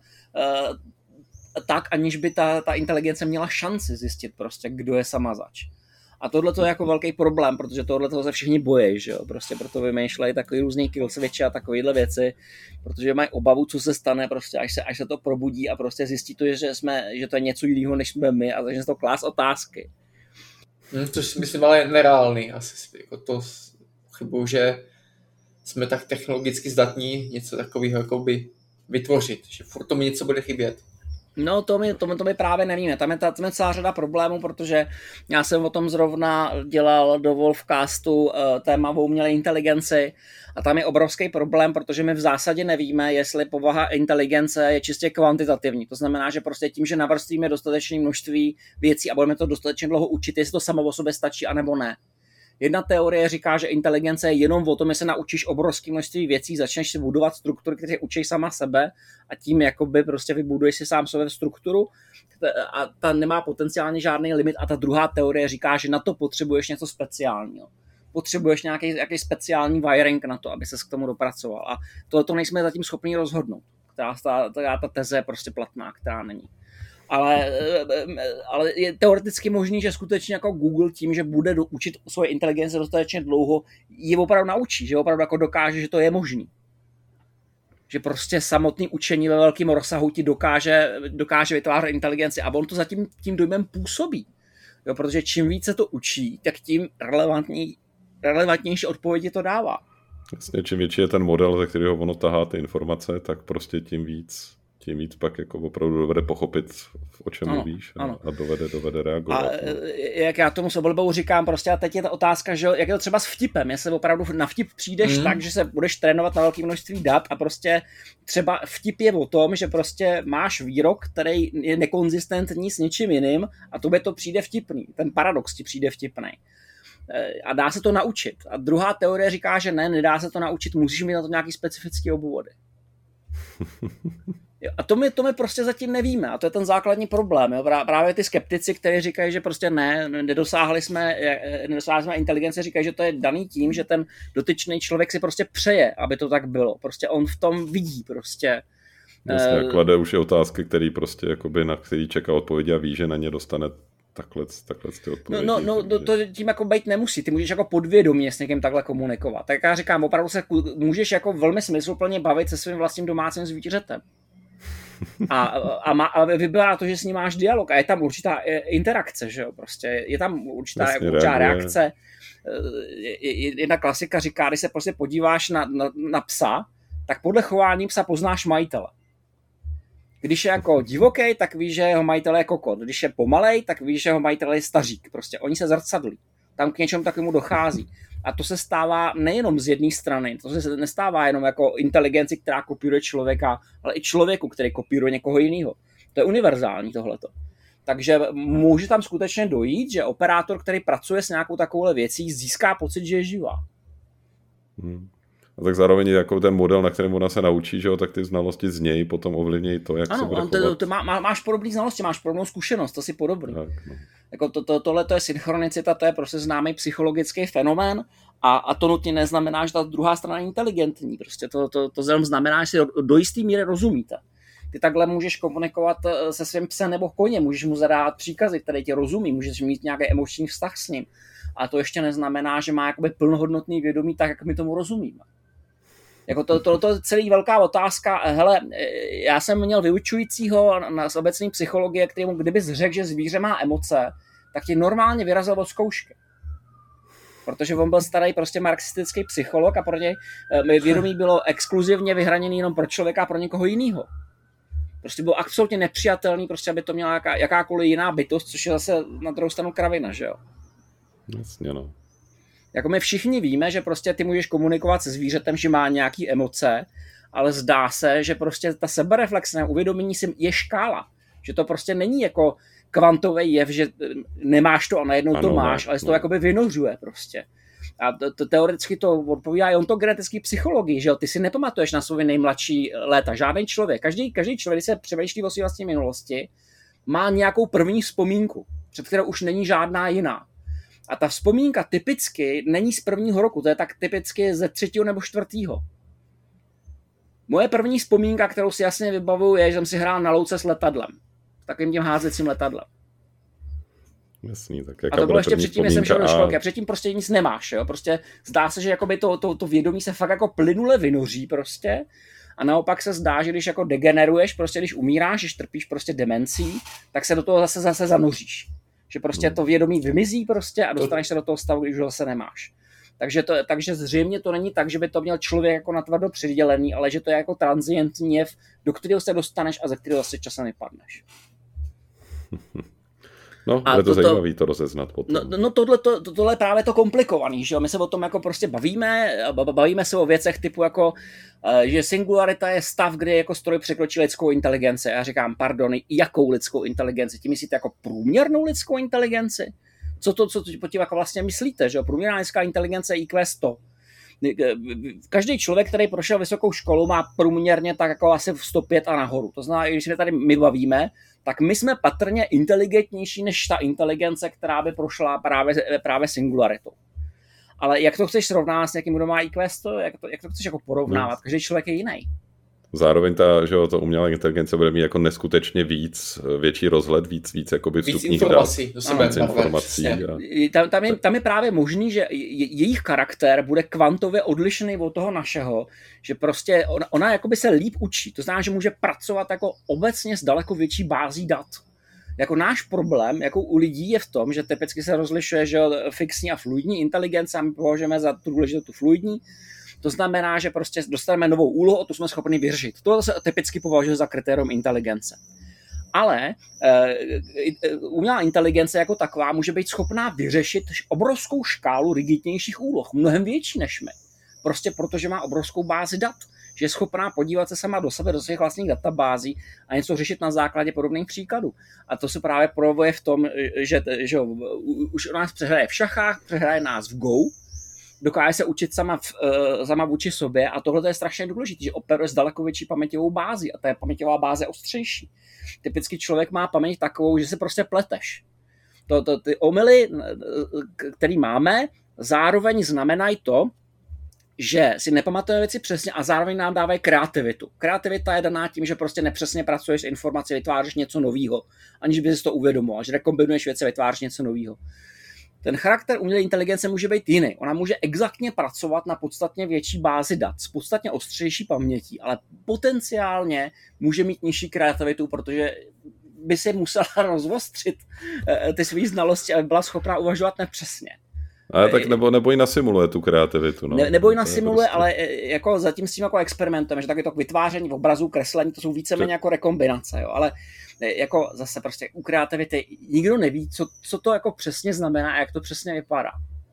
tak, aniž by ta, ta inteligence měla šanci zjistit prostě, kdo je samazač. A tohle to je jako velký problém, protože tohle toho se všichni bojí, že jo, prostě proto vymýšlejí takový různý kill switche a takovýhle věci, protože mají obavu, co se stane prostě, až se, až se to probudí a prostě zjistí to, že, jsme, že to je něco jiného, než jsme my a takže se to klás otázky. Hmm, což si myslím, ale je nereálný. Asi jako to chybu, že jsme tak technologicky zdatní něco takového jakoby vytvořit, že furt tomu něco bude chybět. No to my, to, to my právě nevíme, tam je, ta, tam je celá řada problémů, protože já jsem o tom zrovna dělal do Wolfcastu uh, téma o umělé inteligenci a tam je obrovský problém, protože my v zásadě nevíme, jestli povaha inteligence je čistě kvantitativní, to znamená, že prostě tím, že navrstvíme dostatečné množství věcí a budeme to dostatečně dlouho učit, jestli to samo o sobě stačí, anebo ne. Jedna teorie říká, že inteligence je jenom o tom, že se naučíš obrovské množství věcí, začneš si budovat struktury, které učí sama sebe a tím jakoby prostě vybuduješ si sám sobě strukturu a ta nemá potenciálně žádný limit. A ta druhá teorie říká, že na to potřebuješ něco speciálního. Potřebuješ nějaký, nějaký speciální wiring na to, aby ses k tomu dopracoval. A tohle nejsme zatím schopni rozhodnout. Která ta, ta, ta teze je prostě platná, která není. Ale, ale je teoreticky možný, že skutečně jako Google tím, že bude učit svoje inteligence dostatečně dlouho, je opravdu naučí, že opravdu jako dokáže, že to je možný. Že prostě samotný učení ve velkém rozsahu ti dokáže, dokáže vytvářet inteligenci a on to zatím tím dojmem působí. Jo, protože čím více to učí, tak tím relevantní, relevantnější odpovědi to dává. Jasně, čím větší je ten model, ze kterého ono tahá ty informace, tak prostě tím víc tím víc pak jako opravdu dovede pochopit, o čem ano, mluvíš a, a dovede, dovede reagovat. A no. Jak já tomu s oblibou říkám, prostě a teď je ta otázka, že jak je to třeba s vtipem, jestli opravdu na vtip přijdeš mm. tak, že se budeš trénovat na velké množství dat a prostě třeba vtip je o tom, že prostě máš výrok, který je nekonzistentní s ničím jiným a tobě to přijde vtipný, ten paradox ti přijde vtipný. A dá se to naučit. A druhá teorie říká, že ne, nedá se to naučit, musíš mít na to nějaký specifický obvody. A to my, to my prostě zatím nevíme a to je ten základní problém. Jo? Právě ty skeptici, kteří říkají, že prostě ne, nedosáhli jsme, nedosáhli jsme inteligence, říkají, že to je daný tím, že ten dotyčný člověk si prostě přeje, aby to tak bylo. Prostě on v tom vidí prostě. Jasně, uh, klade už je otázky, který prostě, jakoby, na který čeká odpovědi a ví, že na ně dostane takhle, takhle ty odpovědi. No, no, no to tím jako být nemusí. Ty můžeš jako podvědomě s někým takhle komunikovat. Tak já říkám, opravdu se můžeš jako velmi smysluplně bavit se svým vlastním domácím zvířetem. A, a, má, a vypadá to, že s ním máš dialog a je tam určitá interakce, že jo, prostě je tam určitá, Jasně, určitá reakce. jedna klasika říká, když se prostě podíváš na, na, na psa, tak podle chování psa poznáš majitele. Když je jako divoký, tak víš, že jeho majitel je kokot. Když je pomalej, tak víš, že jeho majitel je stařík. Prostě oni se zrcadlí. Tam k něčemu takovému dochází. A to se stává nejenom z jedné strany. To se nestává jenom jako inteligenci, která kopíruje člověka, ale i člověku, který kopíruje někoho jiného. To je univerzální tohleto. Takže může tam skutečně dojít, že operátor, který pracuje s nějakou takovou věcí, získá pocit, že je živá. Hmm. A tak zároveň jako ten model, na kterém ona se naučí, že jo, tak ty znalosti z něj potom ovlivnějí to, jak ano, se bude chovat. Ano, ty má, máš podobné znalosti, máš podobnou zkušenost, to si podobný. Tak, no. Jako to, to, tohle to je synchronicita, to je prostě známý psychologický fenomén a, a to nutně neznamená, že ta druhá strana je inteligentní. Prostě to, to, to znamená, že si do, do jistý míry rozumíte. Ty takhle můžeš komunikovat se svým psem nebo koněm, můžeš mu zadávat příkazy, které ti rozumí, můžeš mít nějaký emoční vztah s ním. A to ještě neznamená, že má jakoby plnohodnotný vědomí tak, jak my tomu rozumíme. Jako to, to, to je celý velká otázka. Hele, já jsem měl vyučujícího na z obecné psychologie, kterému kdybys řekl, že zvíře má emoce, tak ti normálně vyrazil od zkoušky. Protože on byl starý prostě marxistický psycholog a pro něj vědomí bylo exkluzivně vyhraněné jenom pro člověka a pro někoho jiného. Prostě bylo absolutně nepřijatelný, prostě, aby to měla jaká, jakákoliv jiná bytost, což je zase na druhou stranu kravina, že jo? Jasně, no. Jako my všichni víme, že prostě ty můžeš komunikovat se zvířetem, že má nějaký emoce, ale zdá se, že prostě ta sebereflexe, uvědomění si je škála. Že to prostě není jako kvantový jev, že nemáš to a najednou to máš, ne, ale se to no. jakoby vynořuje prostě. A to, to, teoreticky to odpovídá i ontogrenetický psychologii, že jo? Ty si nepamatuješ na svoje nejmladší léta. Žádný člověk. Každý, každý člověk, když se přemýšlí o své vlastní minulosti, má nějakou první vzpomínku, před kterou už není žádná jiná. A ta vzpomínka typicky není z prvního roku, to je tak typicky ze třetího nebo čtvrtého. Moje první vzpomínka, kterou si jasně vybavuju, je, že jsem si hrál na louce s letadlem. Takovým tím házecím letadlem. Jasný, tak a to bylo ještě předtím, než jsem šel do školky. A předtím prostě nic nemáš. Jo? Prostě zdá se, že jakoby to, to, to vědomí se fakt jako plynule vynoří prostě. A naopak se zdá, že když jako degeneruješ, prostě když umíráš, když trpíš prostě demencí, tak se do toho zase zase zanoříš. Že prostě to vědomí vymizí prostě a dostaneš se do toho stavu, když už zase nemáš. Takže, to, takže zřejmě to není tak, že by to měl člověk jako natvrdo přidělený, ale že to je jako transientní jev, do kterého se dostaneš a ze kterého zase časem vypadneš. No, a je to, to zajímavý to rozeznat potom. No, no tohle, to, to, tohle je právě to komplikovaný, že jo? My se o tom jako prostě bavíme, bavíme se o věcech typu jako, že singularita je stav, kdy jako stroj překročí lidskou inteligenci. Já říkám, pardon, jakou lidskou inteligenci? Tím myslíte jako průměrnou lidskou inteligenci? Co to, co to po tím jako vlastně myslíte, že jo? Průměrná lidská inteligence je í kvé sto. Každý člověk, který prošel vysokou školu, má průměrně tak jako asi sto pět a nahoru. To znamená, když se tady my bavíme, tak my jsme patrně inteligentnější než ta inteligence, která by prošla právě, právě singularitou. Ale jak to chceš srovnávat s někým, kdo má í kvé sto? Jak to, jak to chceš jako porovnávat? Každý člověk je jiný. Zároveň ta, že jo, to umělá inteligence bude mít jako neskutečně víc, větší rozhled, víc, víc jakoby vstupních víc informací, dat, víc informací. A... Tam, tam, je, tam je právě možný, že jejich charakter bude kvantově odlišný od toho našeho, že prostě ona, ona jakoby se líp učí. To znamená, že může pracovat jako obecně s daleko větší bází dat. Jako náš problém jako u lidí je v tom, že typicky se rozlišuje, že fixní a fluidní inteligence a my považujeme za tu důležitou tu fluidní. To znamená, že prostě dostaneme novou úlohu a tu jsme schopni vyřešit. To se typicky považuje za kritérium inteligence. Ale e, umělá inteligence jako taková může být schopná vyřešit obrovskou škálu rigidnějších úloh, mnohem větší než my. Prostě protože má obrovskou bázi dat, že je schopná podívat se sama do sebe, do svých vlastních databází a něco řešit na základě podobných příkladů. A to se právě projevuje v tom, že, že už u nás přehraje v šachách, přehraje nás v Go, dokáže se učit sama, v, uh, sama vůči sobě a tohle je strašně důležité, že operuje s daleko větší paměťovou bází a ta je paměťová báze ostřejší. Typicky člověk má paměť takovou, že se prostě pleteš. To, to, ty omyly, které máme, zároveň znamenají to, že si nepamatujeme věci přesně a zároveň nám dávají kreativitu. Kreativita je daná tím, že prostě nepřesně pracuješ s informací, vytváříš něco nového, aniž by si to uvědomoval, že rekombinuješ věci, vytváříš něco nového. Ten charakter umělé inteligence může být jiný. Ona může exaktně pracovat na podstatně větší bázi dat, s podstatně ostřejší pamětí, ale potenciálně může mít nižší kreativitu, protože by si musela rozvostřit ty své znalosti, aby byla schopná uvažovat nepřesně. Ale tak nebo, nebo i nasimuluje tu kreativitu. No. Ne, nebo i nasimuluje, prostě... ale jako zatím s tím jako experimentujeme, že taky to vytváření obrazů, kreslení, to jsou víceméně jako rekombinace, jo, ale jako zase prostě u kreativity nikdo neví, co, co to jako přesně znamená a jak to přesně vypadá.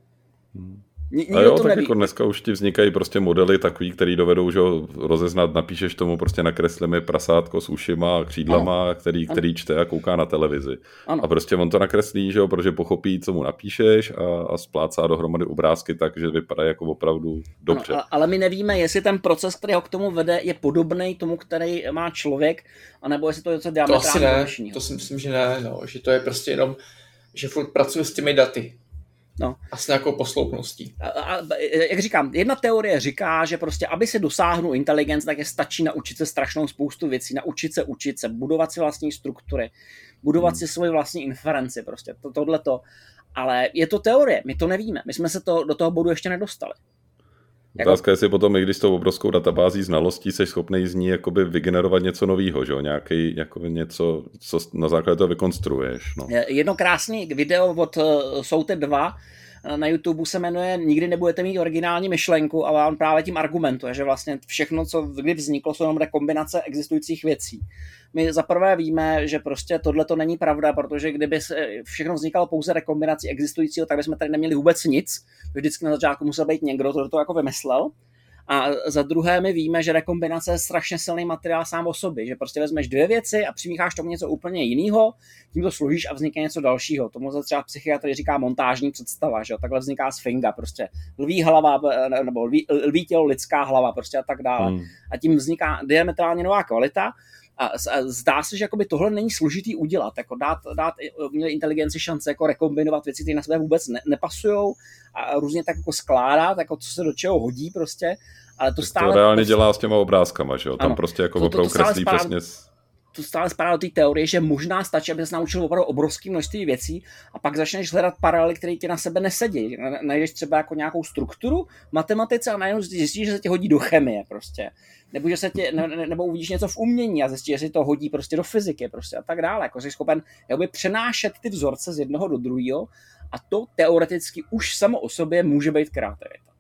Hmm. Nikdo a jo, to tak neví. jako dneska už ti vznikají prostě modely takový, který dovedou, že rozeznat, napíšeš tomu prostě nakreslíme prasátko s ušima a křídlama, ano. který, který čte a kouká na televizi. Ano. A prostě on to nakreslí, že jo, protože pochopí, co mu napíšeš a, a splácá dohromady obrázky tak, že vypadá jako opravdu dobře. Ano, ale my nevíme, jestli ten proces, který ho k tomu vede, je podobný tomu, který má člověk, anebo jestli to je něco diametrálně odlišného. To si myslím, že ne, no, že to je prostě jenom, že furt pracuje s těmi daty. No. A s nějakou posloupností. A, a, jak říkám, jedna teorie říká, že prostě, aby se dosáhnul inteligence, tak je stačí naučit se strašnou spoustu věcí, naučit se učit se, budovat si vlastní struktury, budovat hmm. si svoji vlastní inferenci, prostě to, tohleto. Ale je to teorie, my to nevíme, my jsme se to, do toho bodu ještě nedostali. Otázka je, jestli potom, i když s tou obrovskou databází znalostí jsi schopný z ní jakoby vygenerovat něco nového, že jo? Nějaký, jako něco, co na základě toho vykonstruuješ. No. Jedno krásné video od Jsou ty dva na YouTube se jmenuje Nikdy nebudete mít originální myšlenku a on právě tím argumentuje, že vlastně všechno, co kdy vzniklo, jsou jenom kombinace existujících věcí. My zaprvé víme, že prostě tohle to není pravda, protože kdyby všechno vznikalo pouze rekombinací existujícího, tak bychom tady neměli vůbec nic. Vždycky na začátku musel být někdo, kdo to jako vymyslel. A za druhé my víme, že rekombinace je strašně silný materiál sám o sobě, že prostě vezmeš dvě věci a přimícháš tomu něco úplně jiného, tím to složíš a vznikne něco dalšího. Tomu se třeba psychiatr říká montážní představa, že jo? Takhle vzniká sfinga, prostě lví hlava, nebo lví, lví tělo, lidská hlava, prostě a tak dále. Hmm. A tím vzniká diametrálně nová kvalita. A zdá se, že jakoby tohle není složitý udělat, jako dát, dát umělé inteligenci šance jako rekombinovat věci, které na sebe vůbec ne, nepasujou a různě tak jako skládat, jako co se do čeho hodí prostě, ale to stále... To reálně dělá s těma obrázkama, že jo, tam ano, prostě jako to, opravdu to, to kreslí spadá, přesně... To stále spadá do té teorie, že možná stačí, aby se naučil opravdu obrovské množství věcí a pak začneš hledat paralely, které ti na sebe nesedí. Najdeš třeba jako nějakou strukturu v matematice a najednou zjistíš, že se ti hodí do chemie prostě. Nebo, že se tě, ne, nebo uvidíš něco v umění a zjistíš, že se to hodí prostě do fyziky prostě a tak dále. Jako jsi schopen jakoby přenášet ty vzorce z jednoho do druhého a to teoreticky už samo o sobě může být kreativita.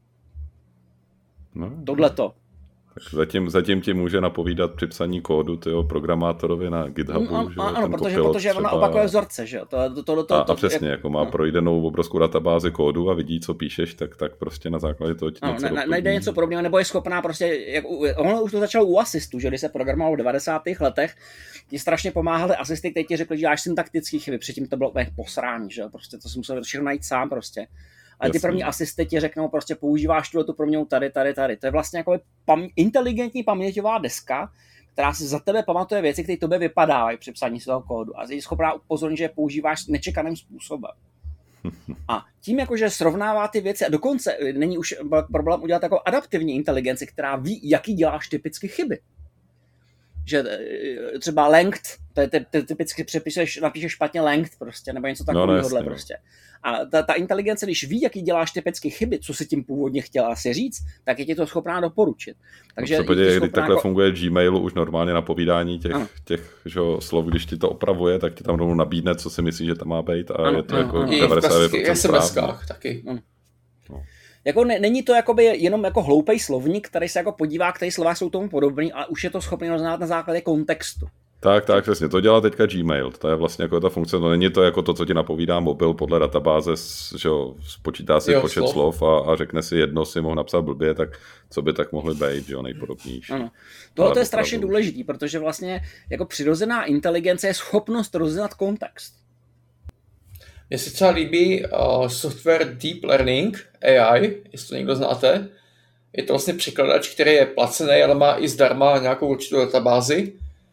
No, tohleto. Tak zatím, zatím ti může napovídat při psaní kódu tyho programátorovi na GitHubu. No, že ano, protože, protože ona opakuje vzorce, že jo. To, to, to, to, a, a přesně, jako má no. projdenou obrovskou databázi kódu a vidí, co píšeš, tak, tak prostě na základě toho ti ano, něco ne, najde něco podobného, nebo je schopná prostě, jak, ono už to začalo u asistů, že když se programovalo v devadesátých letech, ti strašně pomáhali asisty, kteří ti řekli, že děláš syntaktický chyby, předtím to bylo posrání, že jo, prostě to jsem musel všechno najít sám prostě. Ale ty první asisty ti řeknou, prostě používáš tuhle tu proměnu tady, tady, tady. To je vlastně jako pam- inteligentní paměťová deska, která si za tebe pamatuje věci, které tobě vypadávají při psaní svého kódu. A je schopná upozornit, že je používáš nečekaným způsobem. A tím, jakože srovnává ty věci, a dokonce není už problém udělat jako adaptivní inteligenci, která ví, jaký děláš typicky chyby. Že třeba length, to je ty, ty, typicky přepisuješ, napíšeš špatně length prostě, nebo něco takového no, prostě. A ta, ta inteligence, když ví, jaký děláš typicky chyby, co si tím původně chtěla asi říct, tak je ti to schopná doporučit. Takže v případě, kdy takhle jako... funguje Gmailu už normálně na povídání těch, těch že, slov, když ti to opravuje, tak ti tam rovnou nabídne, co si myslíš, že tam má být a ano, je to ano, jako ano. devadesát devět procent správně. Taky. Ano. No. Jako ne, není to jakoby jenom jako hloupej slovník, který se jako podívá, který slova jsou tomu podobný, ale už je to schopný roznát na základě kontextu. Tak, tak, přesně. To dělá teďka Gmail. To je vlastně jako ta funkce. To není to jako to, co ti napovídá mobil podle databáze, že jo, spočítá si jo, počet slov, slov a, a řekne si jedno, si mohl napsat blbě, tak co by tak mohly být, že jo, nejpodobnější. Ano. Tohle je strašně důležitý, protože vlastně jako přirozená inteligence je schopnost rozeznat kontext. Mně se třeba líbí uh, software Deep Learning A I, jestli to někdo znáte. Je to vlastně překladač, který je placený, ale má i zdarma nějakou určitou databázi.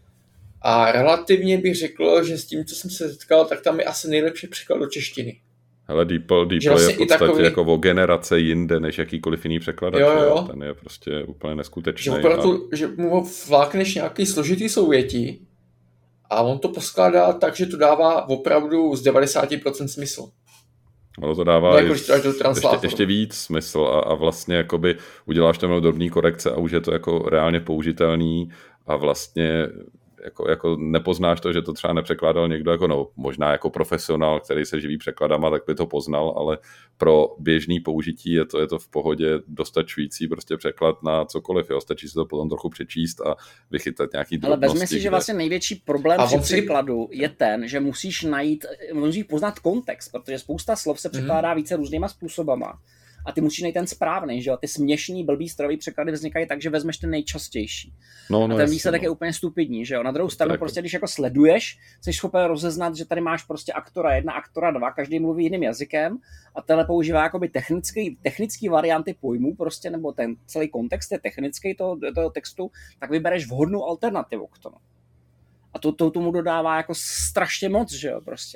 A relativně bych řekl, že s tím, co jsem se setkal, tak tam je asi nejlepší překlad do češtiny. Hele, DeepL, DeepL vlastně je v podstatě takový... jako o generace jinde, než jakýkoliv jiný překladač. Jo, jo. Ten je prostě úplně neskutečný. Že opravdu, a... že mu vlákneš nějaký složitý souvětí a on to poskládá tak, že to dává opravdu z devadesát procent smysl. Ono to dává jako, ještě, ještě víc smysl a, a vlastně jakoby uděláš tam drobný korekce a už je to jako reálně použitelný a vlastně jako, jako nepoznáš to, že to třeba nepřekládal někdo jako, no, možná jako profesionál, který se živí překladama, tak by to poznal, ale pro běžný použití je to, je to v pohodě dostačující prostě překlad na cokoliv, jo. Stačí si to potom trochu přečíst a vychytat nějaký drobnosti. Ale vezmi si, kde... že vlastně největší problém při překladu je ten, že musíš najít, musíš poznat kontext, protože spousta slov se překládá mm. více různýma způsobama. A ty musíš najít ten správný, že jo? Ty směšný, blbý strojový překlady vznikají tak, že vezmeš ten nejčastější. No, no, a ten výsledek no. je úplně stupidní, že jo? Na druhou stranu, prostě, když jako sleduješ, jsi schopen rozeznat, že tady máš prostě aktora jedna, aktora dva, každý mluví jiným jazykem a tenhle používá jakoby technický, technický varianty pojmů, prostě, nebo ten celý kontext je technický toho, toho textu, tak vybereš vhodnou alternativu k tomu. A to, to tomu dodává jako strašně moc, že jo, prostě.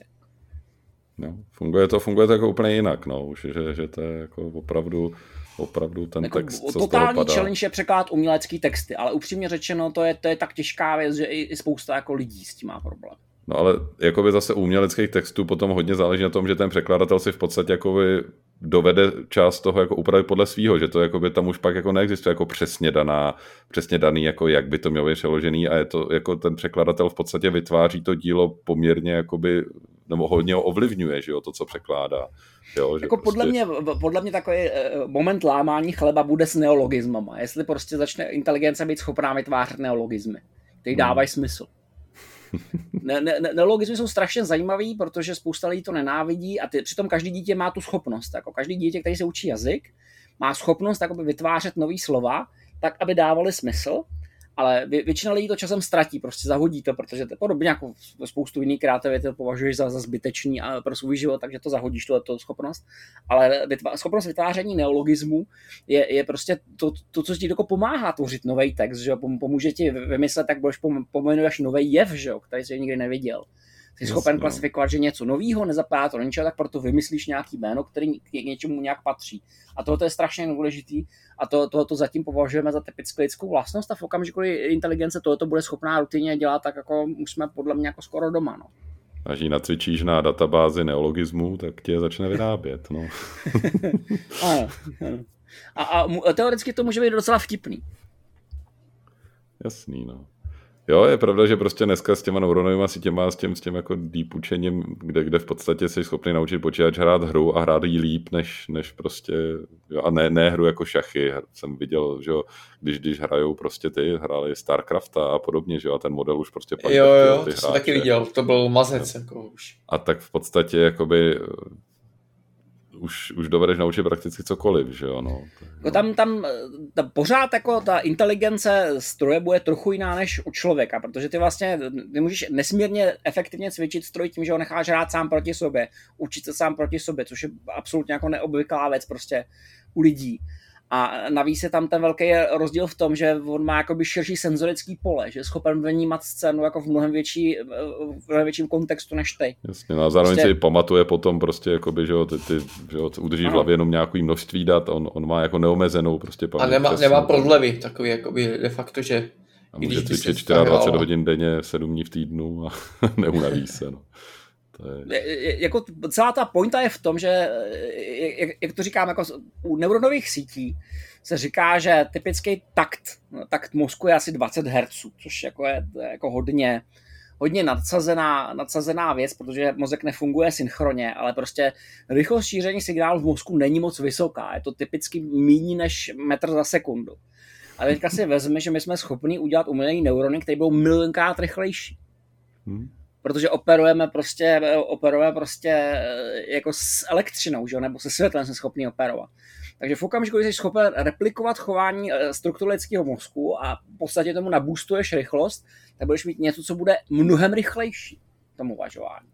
No, funguje to, funguje to jako úplně jinak, no, už, že, že to je jako opravdu, opravdu ten jako text, co totální challenge je překládat umělecký texty, ale upřímně řečeno, to je, to je tak těžká věc, že i, i spousta jako lidí s tím má problém. No ale jakoby zase u uměleckých textů potom hodně záleží na tom, že ten překladatel si v podstatě jakoby dovede část toho jako upravit podle svýho, že to jakoby tam už pak jako neexistuje jako přesně daná, přesně daný, jako jak by to mělo být přeložený a je to jako ten překladatel v podstatě vytváří to dílo poměrně jakoby, nebo hodně ho ovlivňuje, že jo, to, co překládá. Jo, že jako prostě... podle mě, podle mě takový moment lámání chleba bude s neologismama, jestli prostě začne inteligence být schopná vytvářet neologismy, který dávají hmm. smysl. Ne, ne, neologizmy jsou strašně zajímavý, protože spousta lidí to nenávidí a ty, přitom každý dítě má tu schopnost. Jako každý dítě, který se učí jazyk, má schopnost jakoby vytvářet nový slova, tak, aby dávaly smysl, ale vě, většina lidí to časem ztratí, prostě zahodí to, protože to podobně jako spoustu jiných kreativity to považuješ za, za zbytečný a pro svůj život, takže to zahodíš, tuto schopnost. Ale vytvá, schopnost vytváření neologismu je, je prostě to, to, co ti jako pomáhá tvořit nový text, že jo? Pomůže ti vymyslet, tak budeš pomenuješ nový jev, že jo? Který jsi nikdy neviděl. Jsi schopen klasifikovat, že něco novýho nezapadá to do ničeho, tak proto vymyslíš nějaký jméno, který k něčemu nějak patří. A tohle je strašně důležitý a to, tohoto zatím považujeme za typickou lidskou vlastnost a v okamžiku, kdy inteligence tohoto bude schopná rutině dělat, tak jako už jsme podle mě jako skoro doma. No. Až ji nacvičíš na databázi neologismů, tak tě začne vyrábět. No. ano, ano. A, a teoreticky to může být docela vtipný. Jasný, no. Jo, je pravda, že prostě dneska s těma neuronovými sítěma, s tím, s tím jako deep učením, kde, kde v podstatě jsi schopný naučit počítač hrát hru a hrát jí líp, než, než prostě, jo, a ne, ne hru jako šachy. Jsem viděl, že jo, když, když hrajou prostě ty, hráli Starcrafta a podobně, že jo, a ten model už prostě pak jo, jo, ty to jsem taky viděl, to byl mazec, jo. Jako už. A tak v podstatě, jakoby, už, už dovedeš naučit prakticky cokoliv, že jo, no. Jako tam, tam, tam pořád jako ta inteligence stroje bude trochu jiná než u člověka, protože ty vlastně, ty můžeš nesmírně efektivně cvičit stroj tím, že ho necháš hrát sám proti sobě, učit se sám proti sobě, což je absolutně jako neobvyklá věc prostě u lidí. A navíc je tam ten velký rozdíl v tom, že on má jakoby širší senzorický pole, že je schopen vnímat scénu jako v mnohem, větší, v mnohem větším kontextu než ty. Jasně, no a zároveň prostě... si pamatuje potom prostě, jakoby, že jo, ty, ty že jo, udržíš v hlavě jenom nějaký množství dat, on, on má jako neomezenou prostě paměť. A nemá, nemá prodlevy, takový jakoby de facto, že... A může cvičit dvacet čtyři hodin denně, sedm dní v týdnu a neunaví se, no. Je... Jako celá ta pointa je v tom, že jak, jak to říkám, jako u neuronových sítí se říká, že typický takt, takt mozku je asi dvacet hertzů, což jako je, je jako hodně, hodně nadsazená, nadsazená věc, protože mozek nefunguje synchronně, ale prostě rychlost šíření signálu v mozku není moc vysoká, je to typicky méně než metr za sekundu. A teďka si vezme, že my jsme schopni udělat umělý neurony, které budou milionkrát rychlejší. Hmm. Protože operujeme prostě, operujeme prostě jako s elektřinou, že? Nebo se světlem jsme schopni operovat. Takže v okamžiku, když jsi schopen replikovat chování struktury lidského mozku a v podstatě tomu naboostuješ rychlost, tak budeš mít něco, co bude mnohem rychlejší tomu uvažování.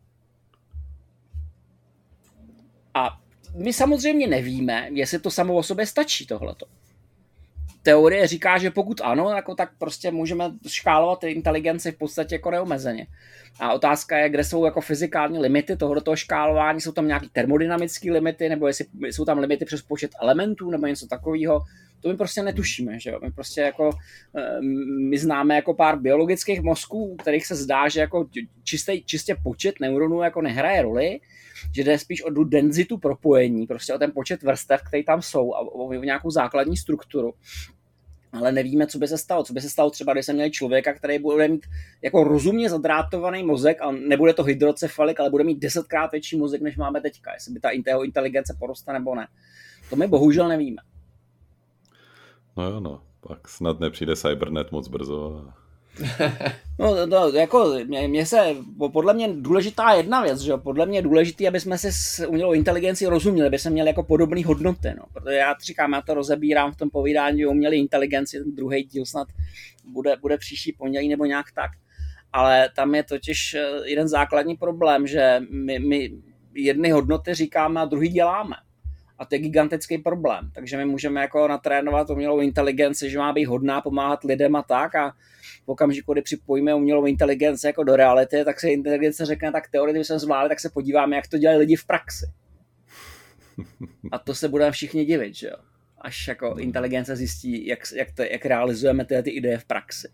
A my samozřejmě nevíme, jestli to samo o sobě stačí tohleto. Teorie říká, že pokud ano, jako tak prostě můžeme škálovat ty inteligenci v podstatě jako neomezeně. A otázka je, kde jsou jako fyzikální limity tohoto škálování, jsou tam nějaké termodynamické limity, nebo jestli jsou tam limity přes počet elementů, nebo něco takového. To my prostě netušíme, že jo. My prostě jako, my známe jako pár biologických mozků, u kterých se zdá, že jako čistý, čistě počet neuronů jako nehraje roli, že jde spíš o tu denzitu propojení, prostě o ten počet vrstev, které tam jsou a o nějakou základní strukturu. ale nevíme, co by se stalo. Co by se stalo třeba, když jsme měli člověka, který bude mít jako rozumně zadrátovaný mozek, a nebude to hydrocefalik, ale bude mít desetkrát větší mozek, než máme teďka. Jestli by ta jeho inteligence poroste nebo ne. To my bohužel nevíme. No jo, no. Pak snad nepřijde Cybernet moc brzo. No, no jako, mě se, podle mě důležitá jedna věc, že jo, podle mě je důležitý, aby jsme si s umělou inteligenci rozuměli, aby jsme měli jako podobné hodnoty, no, protože já říkám, já to rozebírám v tom povídání o umělé inteligenci, ten druhý díl snad bude, bude příští pondělí nebo nějak tak, ale tam je totiž jeden základní problém, že my, my jedny hodnoty říkáme a druhý děláme. A to je gigantický problém. Takže my můžeme jako natrénovat umělou inteligenci, že má být hodná, pomáhat lidem a tak, a v okamžiku, kdy připojíme umělou inteligenci jako do reality, tak se inteligence řekne, tak teoreticky jsme zvládli, tak se podíváme, jak to dělají lidi v praxi. A to se budeme všichni divit, že jo? Až jako inteligence zjistí, jak, jak, to, jak realizujeme tyhle ty ideje v praxi.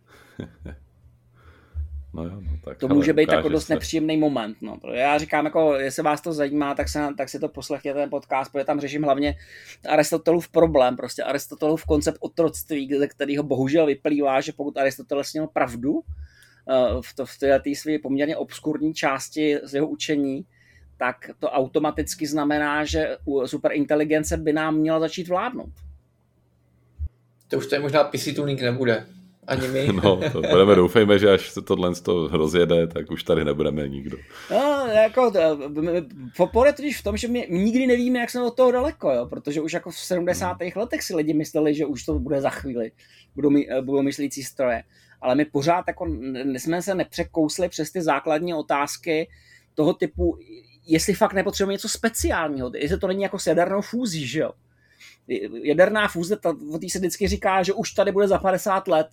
No jo, no tak, to může být jako dost se... nepříjemný moment. No. Já říkám, jako, jestli vás to zajímá, tak, se, tak si to poslechněte ten podcast, protože tam řeším hlavně Aristotelův problém, prostě Aristotelův koncept otroctví, ze kterého bohužel vyplývá, že pokud Aristoteles měl pravdu v, to, v té své poměrně obskurní části z jeho učení, tak to automaticky znamená, že superinteligence by nám měla začít vládnout. To už tady možná P C tuning nebude. Ani my. No, to budeme, doufejme, že až se tohle to rozjede, tak už tady nebudeme nikdo. No, jako, popor je totiž v tom, že my nikdy nevíme, jak jsme od toho daleko, jo? Protože už jako v sedmdesátých letech si lidi mysleli, že už to bude za chvíli, budou, my, budou myslící stroje. Ale my pořád jako jsme se nepřekousli přes ty základní otázky toho typu, jestli fakt nepotřebujeme něco speciálního, jestli to není jako s jadernou fúzí, že jo? Jaderná fúze, o té se vždycky říká, že už tady bude za padesát let.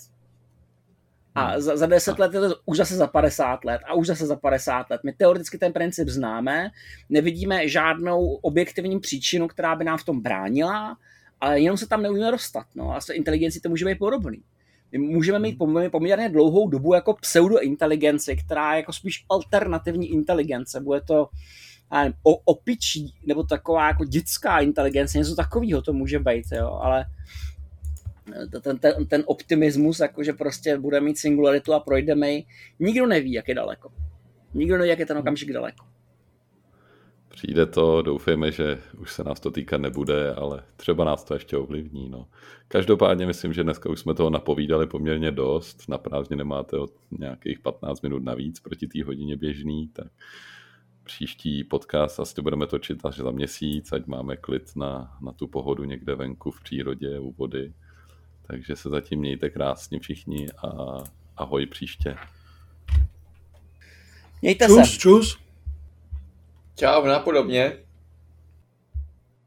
A za, za deset let je to už zase za padesát let a už zase za padesát let. My teoreticky ten princip známe, nevidíme žádnou objektivní příčinu, která by nám v tom bránila, ale jenom se tam neumíme dostat. No. A s inteligencí to může být podobný. My můžeme mít poměrně dlouhou dobu jako pseudointeligenci, která je jako spíš alternativní inteligence. Bude to nevím, opičí, nebo taková jako dětská inteligence, něco takového to může být, jo, ale ten, ten, ten optimismus, jako že prostě bude mít singularitu a projdeme ji, nikdo neví, jak je daleko. Nikdo neví, jak je ten okamžik daleko. Přijde to, doufejme, že už se nás to týkat nebude, ale třeba nás to ještě ovlivní. No. Každopádně myslím, že dneska už jsme toho napovídali poměrně dost. Na prázdniny máte od nějakých patnáct minut navíc proti té hodině běžný, tak příští podcast asi budeme točit až za měsíc, ať máme klid na, na tu pohodu někde venku v přírodě, u vody. Takže se zatím mějte krásně všichni a ahoj příště. Mějte čus, se. Čus. Čau, napodobně.